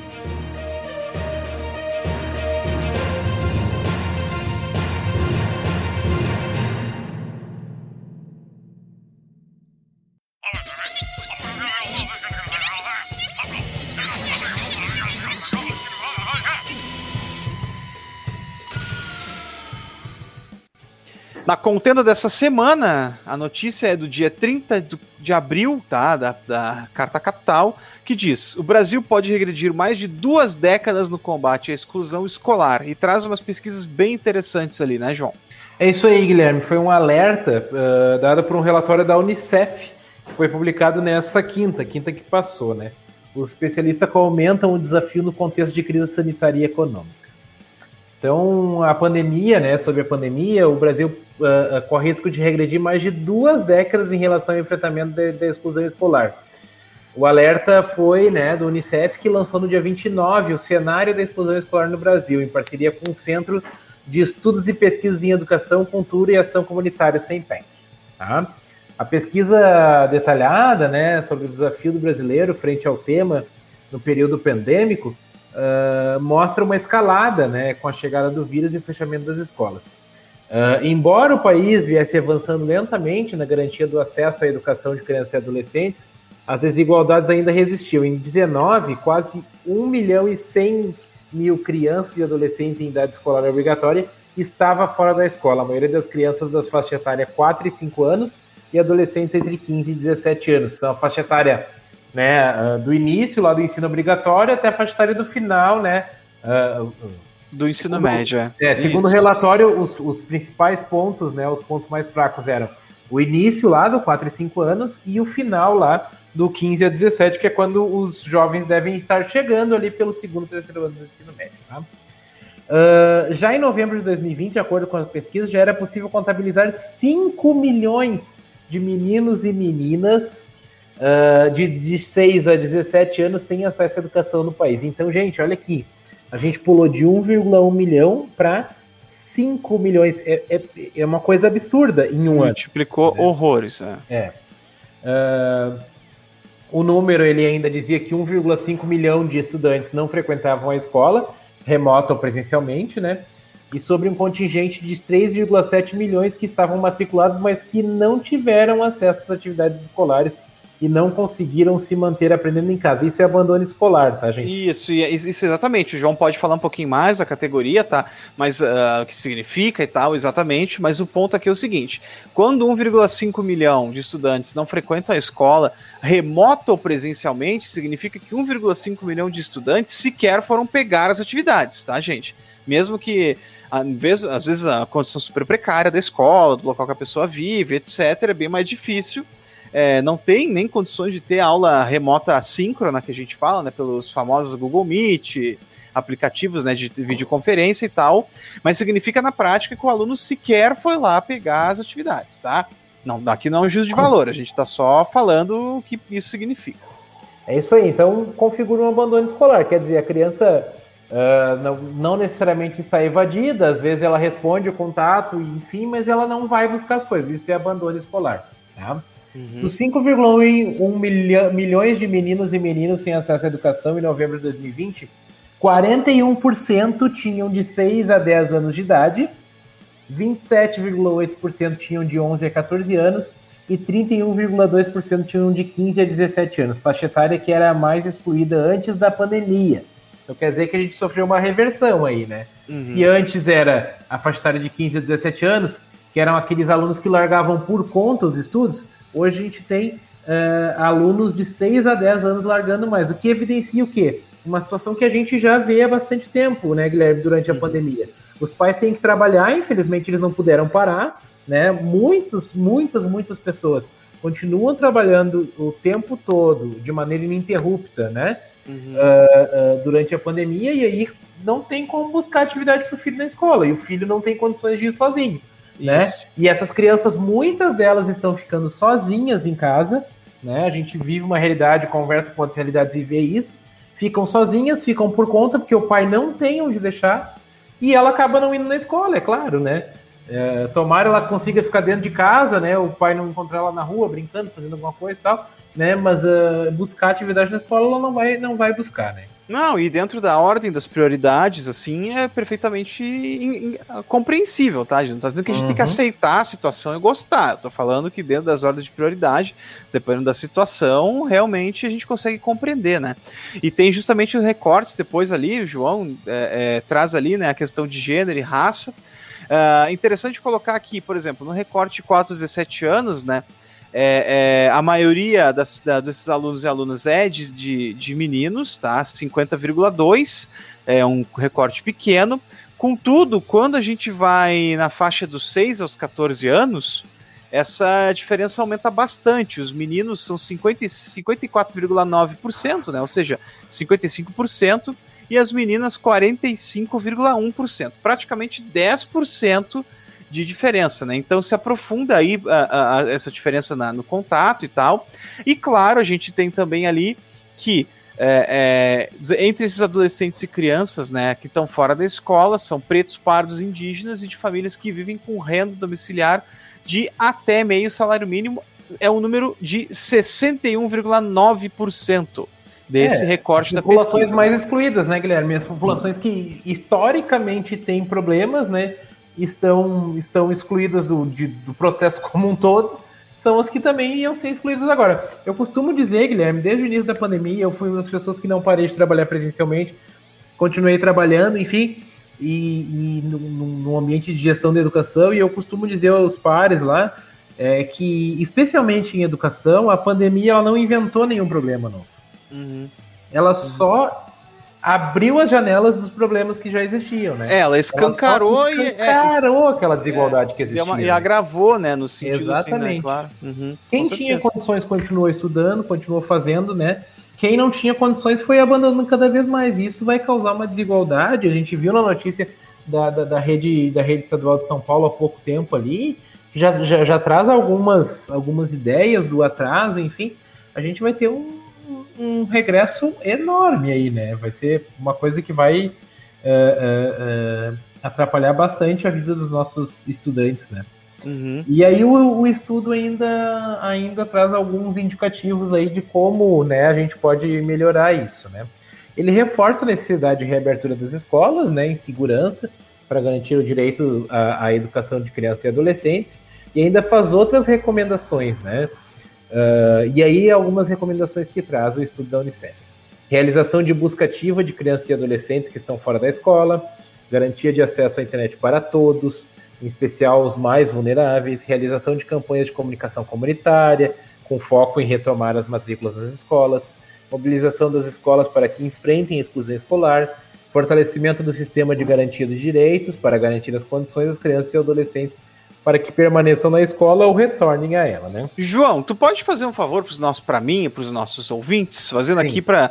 Na contenda dessa semana, a notícia é do dia 30 de abril, tá, da Carta Capital, que diz: o Brasil pode regredir mais de 2 décadas no combate à exclusão escolar, e traz umas pesquisas bem interessantes ali, né, João? É isso aí, Guilherme. Foi um alerta dado por um relatório da Unicef, que foi publicado nessa quinta que passou, né? Os especialistas comentam o desafio no contexto de crise sanitária e econômica. Então, a pandemia, né, sobre a pandemia, o Brasil corre risco de regredir mais de 2 décadas em relação ao enfrentamento da exclusão escolar. O alerta foi, né, do Unicef, que lançou no dia 29 o cenário da exclusão escolar no Brasil, em parceria com o Centro de Estudos e Pesquisas em Educação, Cultura e Ação Comunitária, CENPEC. Tá? A pesquisa detalhada, né, sobre o desafio do brasileiro frente ao tema no período pandêmico mostra uma escalada, né, com a chegada do vírus e o fechamento das escolas. Embora o país viesse avançando lentamente na garantia do acesso à educação de crianças e adolescentes, as desigualdades ainda resistiam. Em 19, quase 1.100.000 crianças e adolescentes em idade escolar obrigatória estava fora da escola. A maioria das crianças das faixas etárias 4 e 5 anos e adolescentes entre 15 e 17 anos. São a faixa etária, né, do início lá do ensino obrigatório até a faixa etária do final, né, do ensino médio. Segundo o relatório, os principais pontos, né, os pontos mais fracos eram o início lá do 4 e 5 anos e o final lá do 15 a 17, que é quando os jovens devem estar chegando ali pelo segundo e terceiro ano do ensino médio. Tá? Já em novembro de 2020, de acordo com a pesquisa, já era possível contabilizar 5 milhões de meninos e meninas de 6 a 17 anos sem acesso à educação no país. Então, gente, olha aqui, a gente pulou de 1,1 milhão para 5 milhões. É uma coisa absurda em um ano. Multiplicou horrores. O número, ele ainda dizia que 1,5 milhão de estudantes não frequentavam a escola, remota ou presencialmente, né? E sobre um contingente de 3,7 milhões que estavam matriculados, mas que não tiveram acesso às atividades escolares e não conseguiram se manter aprendendo em casa. Isso é abandono escolar, tá, gente? Isso exatamente. O João pode falar um pouquinho mais da categoria, tá? Mas o que significa e tal, exatamente. Mas o ponto aqui é o seguinte: quando 1,5 milhão de estudantes não frequentam a escola, remoto ou presencialmente, significa que 1,5 milhão de estudantes sequer foram pegar as atividades, tá, gente? Mesmo que, às vezes, a condição super precária da escola, do local que a pessoa vive, etc., é bem mais difícil. Não tem nem condições de ter aula remota assíncrona, que a gente fala, né, pelos famosos Google Meet, aplicativos, né, de videoconferência e tal, mas significa na prática que o aluno sequer foi lá pegar as atividades, tá? Não, aqui não é um juízo de valor, a gente está só falando o que isso significa. É isso aí, então configura um abandono escolar, quer dizer, a criança não necessariamente está evadida, às vezes ela responde o contato, enfim, mas ela não vai buscar as coisas, isso é abandono escolar, tá? Dos 5,1 milhões de meninos e meninos sem acesso à educação em novembro de 2020, 41% tinham de 6 a 10 anos de idade, 27,8% tinham de 11 a 14 anos e 31,2% tinham de 15 a 17 anos, faixa etária que era a mais excluída antes da pandemia. Então quer dizer que a gente sofreu uma reversão aí, né? Se antes era a faixa etária de 15 a 17 anos, que eram aqueles alunos que largavam por conta os estudos, hoje a gente tem alunos de 6 a 10 anos largando mais, o que evidencia o quê? Uma situação que a gente já vê há bastante tempo, né, Guilherme, durante a pandemia. Os pais têm que trabalhar, infelizmente eles não puderam parar, né? Muitas pessoas continuam trabalhando o tempo todo, de maneira ininterrupta, né? Durante a pandemia, e aí não tem como buscar atividade para o filho na escola, e o filho não tem condições de ir sozinho. Né? E essas crianças, muitas delas estão ficando sozinhas em casa, né? A gente vive uma realidade, conversa com outras realidades e vê isso. Ficam sozinhas, ficam por conta, porque o pai não tem onde deixar, e ela acaba não indo na escola, é claro, né? Tomara ela consiga ficar dentro de casa, né? O pai não encontrar ela na rua, brincando, fazendo alguma coisa e tal, né? Mas buscar atividade na escola ela não vai buscar, né? Não, e dentro da ordem das prioridades, assim, é perfeitamente compreensível, tá? A gente não tá dizendo que a gente tem que aceitar a situação e gostar. Eu tô falando que dentro das ordens de prioridade, dependendo da situação, realmente a gente consegue compreender, né? E tem justamente os recortes depois ali, o João traz ali, né, a questão de gênero e raça. Interessante colocar aqui, por exemplo, no recorte 4 a 17 anos, né? A maioria desses alunos e alunas é de meninos, tá? 50,2%, é um recorte pequeno. Contudo, quando a gente vai na faixa dos 6 aos 14 anos, essa diferença aumenta bastante. Os meninos são 54,9%, né? Ou seja, 55%, e as meninas 45,1%, praticamente 10% de diferença, né? Então se aprofunda aí essa diferença no contato e tal. E claro, a gente tem também ali que entre esses adolescentes e crianças, né, que estão fora da escola, são pretos, pardos, indígenas e de famílias que vivem com renda domiciliar de até meio salário mínimo. É um número de 61,9% desse recorte da pesquisa. As populações mais excluídas, né, Guilherme? As populações que historicamente têm problemas, né, estão excluídas do processo como um todo, são as que também iam ser excluídas agora. Eu costumo dizer, Guilherme, desde o início da pandemia, eu fui uma das pessoas que não parei de trabalhar presencialmente, continuei trabalhando, enfim, e no ambiente de gestão da educação, e eu costumo dizer aos pares lá, que, especialmente em educação, a pandemia ela não inventou nenhum problema novo. Ela só abriu as janelas dos problemas que já existiam, né? Ela escancarou aquela desigualdade que existia. E agravou, né? No sentido exatamente. Assim, né? Claro. Quem tinha condições continuou estudando, continuou fazendo, né? Quem não tinha condições foi abandonando cada vez mais. E isso vai causar uma desigualdade. A gente viu na notícia da rede estadual de São Paulo há pouco tempo ali, que já traz algumas ideias do atraso, enfim. A gente vai ter um regresso enorme aí, né? Vai ser uma coisa que vai atrapalhar bastante a vida dos nossos estudantes, né? E aí o estudo ainda traz alguns indicativos aí de como, né, a gente pode melhorar isso, né? Ele reforça a necessidade de reabertura das escolas, né, em segurança, para garantir o direito à educação de crianças e adolescentes, e ainda faz outras recomendações, né? E aí algumas recomendações que traz o estudo da Unicef. Realização de busca ativa de crianças e adolescentes que estão fora da escola, garantia de acesso à internet para todos, em especial os mais vulneráveis, realização de campanhas de comunicação comunitária, com foco em retomar as matrículas nas escolas, mobilização das escolas para que enfrentem a exclusão escolar, fortalecimento do sistema de garantia dos direitos para garantir as condições das crianças e adolescentes para que permaneçam na escola ou retornem a ela, né? João, tu pode fazer um favor para mim e para os nossos ouvintes, fazendo Sim. aqui para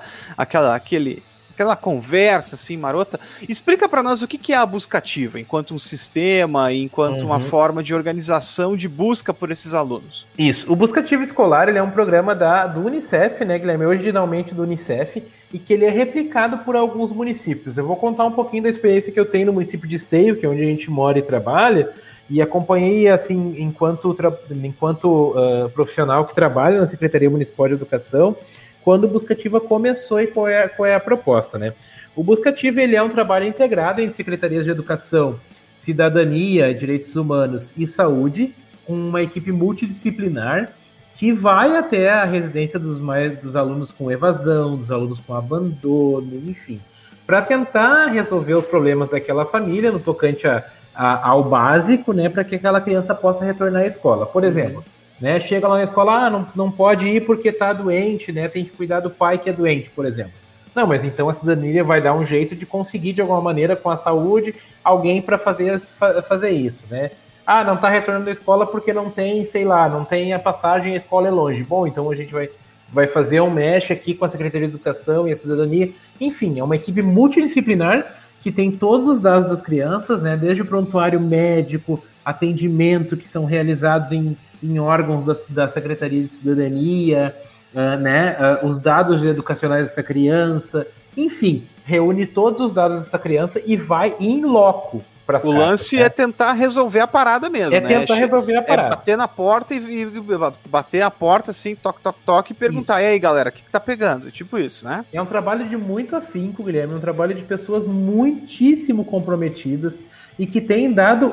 aquela conversa assim marota, explica para nós o que é a busca ativa, enquanto um sistema, enquanto uma forma de organização de busca por esses alunos. Isso, o Busca Ativa Escolar ele é um programa do Unicef, né, Guilherme, originalmente do Unicef, e que ele é replicado por alguns municípios. Eu vou contar um pouquinho da experiência que eu tenho no município de Esteio, que é onde a gente mora e trabalha, e acompanhei, assim, enquanto profissional que trabalha na Secretaria Municipal de Educação, quando o Busca Ativa começou e qual é a proposta, né? O Busca Ativa, ele é um trabalho integrado entre secretarias de educação, cidadania, direitos humanos e saúde, com uma equipe multidisciplinar que vai até a residência dos alunos com evasão, dos alunos com abandono, enfim, para tentar resolver os problemas daquela família no tocante ao básico, né, para que aquela criança possa retornar à escola. Por exemplo, né, chega lá na escola, não pode ir porque está doente, né, tem que cuidar do pai que é doente, por exemplo. Não, mas então a cidadania vai dar um jeito de conseguir, de alguma maneira, com a saúde, alguém para fazer isso, né? Não está retornando à escola porque não tem, sei lá, não tem a passagem, a escola é longe. Bom, então a gente vai fazer um mesh aqui com a Secretaria de Educação e a Cidadania. Enfim, é uma equipe multidisciplinar que tem todos os dados das crianças, né? Desde o prontuário médico, atendimento que são realizados em órgãos da Secretaria de Cidadania, né? Os dados educacionais dessa criança, enfim, reúne todos os dados dessa criança e vai in loco para as casas. O lance é tentar resolver a parada mesmo, né? Tentar resolver a parada. É bater na porta e bater a porta assim, toque, toque, toque, e perguntar, e aí, galera, o que tá pegando? Tipo isso, né? É um trabalho de muito afinco, Guilherme, é um trabalho de pessoas muitíssimo comprometidas e que têm dado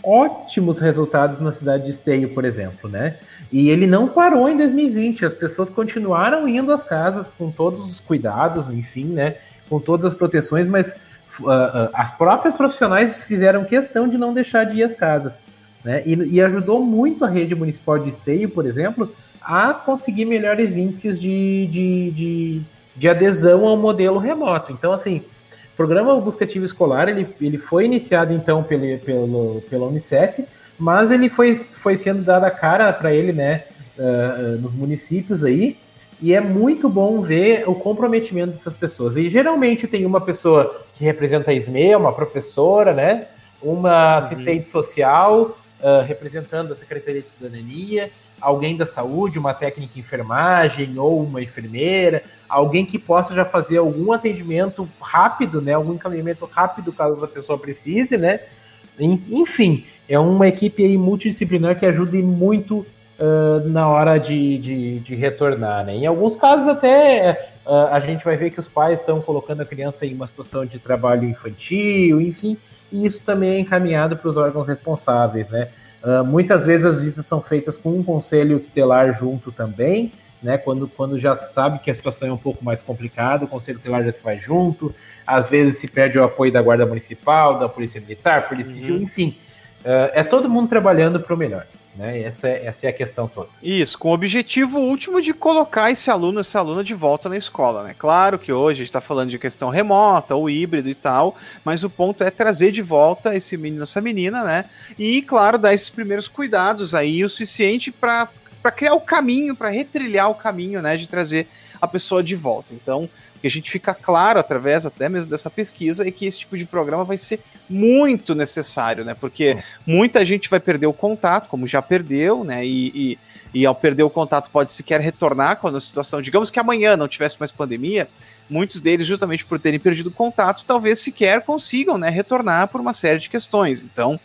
ótimos resultados na cidade de Esteio, por exemplo, né? E ele não parou em 2020, as pessoas continuaram indo às casas com todos os cuidados, enfim, né? Com todas as proteções, mas as próprias profissionais fizeram questão de não deixar de ir às casas, né? E ajudou muito a rede municipal de Esteio, por exemplo, a conseguir melhores índices de adesão ao modelo remoto. Então, assim, o programa Busca Ativa Escolar, ele foi iniciado, então, pela Unicef, mas ele foi sendo dada a cara para ele, né, nos municípios aí, e é muito bom ver o comprometimento dessas pessoas. E geralmente tem uma pessoa que representa a SME, uma professora, né, uma assistente social, representando a Secretaria de Cidadania, alguém da saúde, uma técnica de enfermagem ou uma enfermeira, alguém que possa já fazer algum atendimento rápido, né, algum encaminhamento rápido caso a pessoa precise, né. Enfim, é uma equipe aí multidisciplinar que ajuda muito na hora de retornar, né? Em alguns casos até a gente vai ver que os pais estão colocando a criança em uma situação de trabalho infantil, enfim, e isso também é encaminhado para os órgãos responsáveis, né? Muitas vezes as visitas são feitas com um conselho tutelar junto também, né? Quando já sabe que a situação é um pouco mais complicada, o conselho tutelar já se vai junto, às vezes se perde o apoio da Guarda Municipal, da Polícia Militar, Polícia Civil, enfim, é todo mundo trabalhando para o melhor. Né? Essa é a questão toda. Isso, com o objetivo último de colocar esse aluno, essa aluna de volta na escola, né? Claro que hoje a gente está falando de questão remota ou híbrido e tal, mas o ponto é trazer de volta esse menino, essa menina, né? E, claro, dar esses primeiros cuidados aí, o suficiente para criar o caminho, para retrilhar o caminho, né? De trazer a pessoa de volta. Então, o que a gente fica claro, através até mesmo dessa pesquisa, é que esse tipo de programa vai ser muito necessário, né? Porque muita gente vai perder o contato, como já perdeu, né? E ao perder o contato pode sequer retornar quando a situação, digamos que amanhã não tivesse mais pandemia, muitos deles, justamente por terem perdido o contato, talvez sequer consigam, né, retornar por uma série de questões. Então,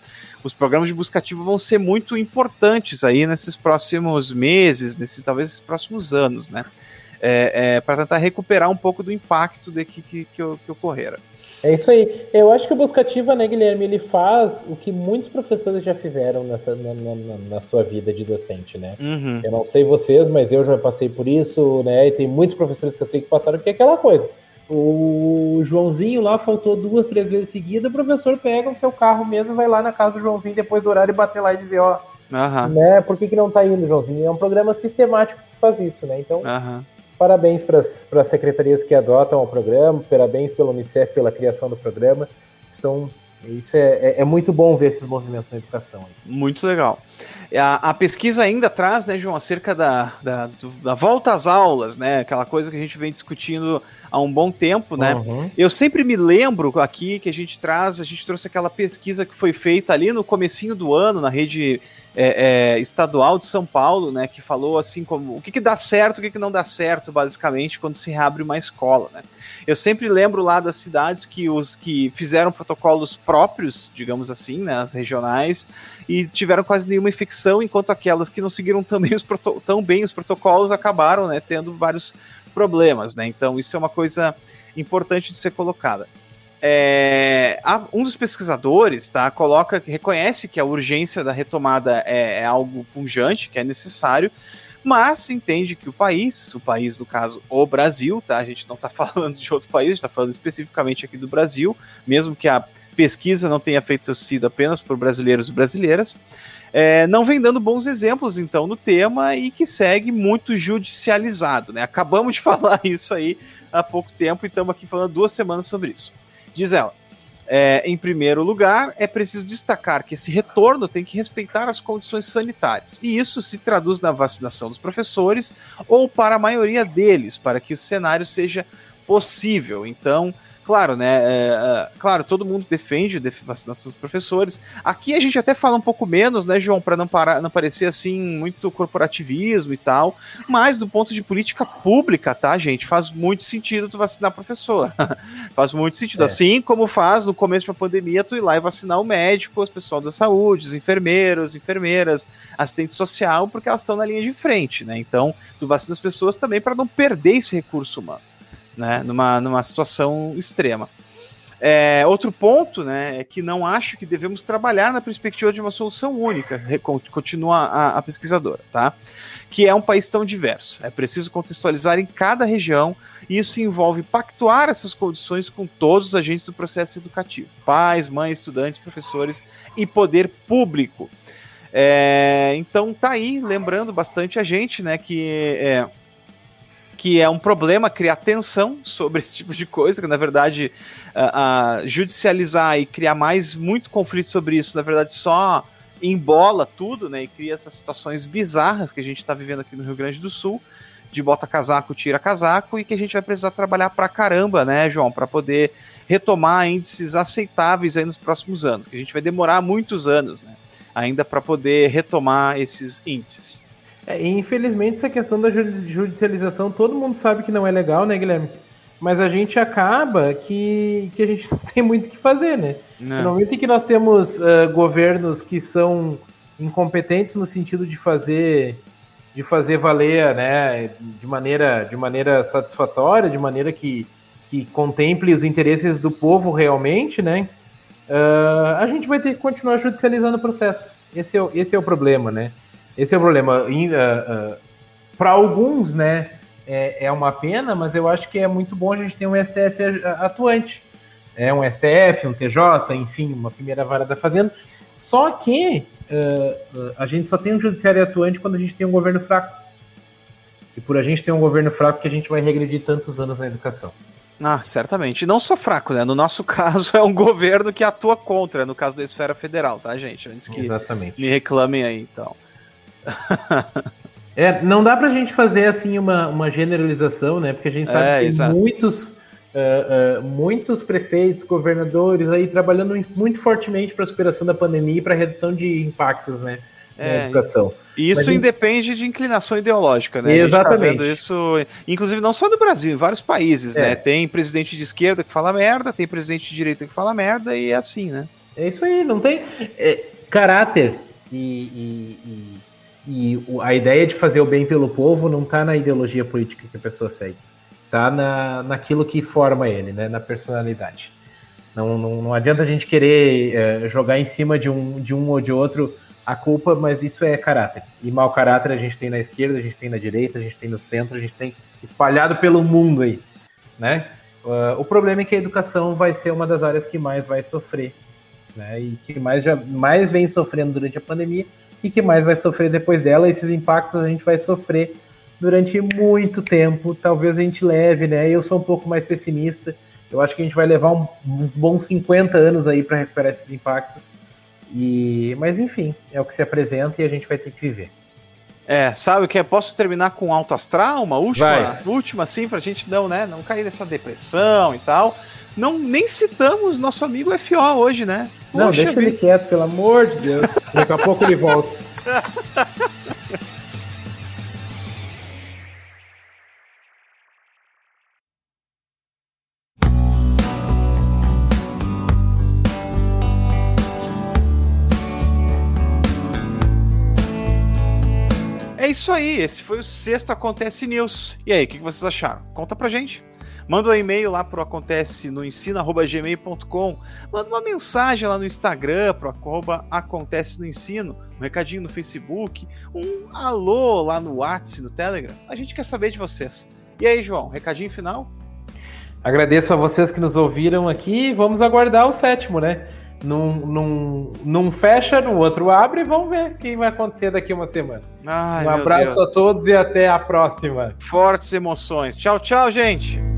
os programas de busca ativa vão ser muito importantes aí nesses próximos meses, talvez esses próximos anos, né? Para tentar recuperar um pouco do impacto que ocorrera. É isso aí. Eu acho que o Buscativa, né, Guilherme, ele faz o que muitos professores já fizeram na sua vida de docente, né? Uhum. Eu não sei vocês, mas eu já passei por isso, né? E tem muitos professores que eu sei que passaram, porque é aquela coisa. O Joãozinho lá faltou 2, 3 vezes seguida, o professor pega o seu carro mesmo, vai lá na casa do Joãozinho depois do horário e bater lá e dizer, ó, né, por que não tá indo, Joãozinho? É um programa sistemático que faz isso, né? Então, parabéns para as secretarias que adotam o programa, parabéns pela Unicef pela criação do programa. Isso é muito bom ver esses movimentos na educação. Muito legal. A pesquisa ainda traz, né, João, acerca da volta às aulas, né, aquela coisa que a gente vem discutindo há um bom tempo, né? Eu sempre me lembro aqui que a gente trouxe aquela pesquisa que foi feita ali no comecinho do ano, na rede estadual de São Paulo, né, que falou assim como o que dá certo, o que não dá certo, basicamente, quando se reabre uma escola, né? Eu sempre lembro lá das cidades que fizeram protocolos próprios, digamos assim, né, as regionais, e tiveram quase nenhuma infecção, enquanto aquelas que não seguiram tão bem os protocolos acabaram, né, tendo vários problemas, né? Então isso é uma coisa importante de ser colocada. Um dos pesquisadores, tá, reconhece que a urgência da retomada é algo pungente, que é necessário, mas entende que o país, no caso, o Brasil, tá, a gente não está falando de outro país, a gente está falando especificamente aqui do Brasil, mesmo que a pesquisa não tenha sido apenas por brasileiros e brasileiras, não vem dando bons exemplos, então, no tema e que segue muito judicializado, né? Acabamos de falar isso aí há pouco tempo e estamos aqui falando 2 semanas sobre isso. Diz ela, em primeiro lugar, é preciso destacar que esse retorno tem que respeitar as condições sanitárias, e isso se traduz na vacinação dos professores ou para a maioria deles, para que o cenário seja possível. Então, claro, né? Claro, todo mundo defende a vacinação dos professores. Aqui a gente até fala um pouco menos, né, João, para não parecer assim muito corporativismo e tal. Mas do ponto de política pública, tá, gente, faz muito sentido tu vacinar professor. Faz muito sentido. Assim como faz no começo da pandemia tu ir lá e vacinar o médico, os pessoal da saúde, os enfermeiros, enfermeiras, assistente social, porque elas estão na linha de frente, né? Então, tu vacina as pessoas também para não perder esse recurso humano, né, numa situação extrema. Outro ponto, né, é que não acho que devemos trabalhar na perspectiva de uma solução única, continua a pesquisadora, tá? Que é um país tão diverso. É preciso contextualizar em cada região, e isso envolve pactuar essas condições com todos os agentes do processo educativo: pais, mães, estudantes, professores e poder público. Então tá aí, lembrando bastante a gente, né, que é um problema criar tensão sobre esse tipo de coisa, que na verdade judicializar e criar muito conflito sobre isso, na verdade só embola tudo, né, e cria essas situações bizarras que a gente está vivendo aqui no Rio Grande do Sul, de bota casaco, tira casaco, e que a gente vai precisar trabalhar pra caramba, né, João, para poder retomar índices aceitáveis aí nos próximos anos, que a gente vai demorar muitos anos, né, ainda para poder retomar esses índices. Infelizmente, essa questão da judicialização, todo mundo sabe que não é legal, né, Guilherme? Mas a gente acaba que a gente não tem muito o que fazer, né? No momento em que nós temos governos que são incompetentes no sentido de fazer valer, né, de maneira satisfatória, de maneira que contemple os interesses do povo realmente, né? A gente vai ter que continuar judicializando o processo. Esse é o problema, né? Esse é o problema. Para alguns, né, é uma pena, mas eu acho que é muito bom a gente ter um STF atuante. Um STF, um TJ, enfim, uma primeira vara da Fazenda. Só que a gente só tem um judiciário atuante quando a gente tem um governo fraco. E por a gente ter um governo fraco que a gente vai regredir tantos anos na educação. Certamente. Não só fraco, né? No nosso caso, é um governo que atua contra, no caso da esfera federal, tá, gente? Antes que me reclamem aí, então. Não dá pra gente fazer assim uma generalização, né? Porque a gente sabe que tem muitos prefeitos, governadores aí trabalhando muito fortemente para a superação da pandemia e para redução de impactos, né, na educação. E isso independe de inclinação ideológica, né? Exatamente. A gente tá vendo isso, inclusive não só no Brasil, em vários países, né? Tem presidente de esquerda que fala merda, tem presidente de direita que fala merda, e é assim, né? É isso aí, não tem... Caráter e a ideia de fazer o bem pelo povo não está na ideologia política que a pessoa segue. Está naquilo que forma ele, né? Na personalidade. Não adianta a gente querer jogar em cima de um ou de outro a culpa, mas isso é caráter. E mau caráter a gente tem na esquerda, a gente tem na direita, a gente tem no centro, a gente tem espalhado pelo mundo aí, né? O problema é que a educação vai ser uma das áreas que mais vai sofrer, né? E que mais vem sofrendo durante a pandemia e que mais vai sofrer depois dela. Esses impactos a gente vai sofrer durante muito tempo. Talvez a gente leve, né? Eu sou um pouco mais pessimista. Eu acho que a gente vai levar uns bons 50 anos aí para recuperar esses impactos. Mas enfim, é o que se apresenta e a gente vai ter que viver. Sabe o que é? Posso terminar com alto astral? Uma última assim, pra gente não cair nessa depressão e tal. Nem citamos nosso amigo FO hoje, né? Não, deixa ele quieto, pelo amor de Deus. Daqui a pouco ele volta. É isso aí, esse foi o Sexto Acontece News. E aí, o que vocês acharam? Conta pra gente. Manda um e-mail lá pro acontecenoensino@gmail.com. Manda uma mensagem lá no Instagram pro @acontecenoensino, um recadinho no Facebook, um alô lá no WhatsApp, no Telegram. A gente quer saber de vocês. E aí, João, recadinho final? Agradeço a vocês que nos ouviram aqui. Vamos aguardar o 7º, né? Num fecha, no outro abre e vamos ver o que vai acontecer daqui uma semana. Um abraço a todos e até a próxima. Fortes emoções. Tchau, tchau, gente.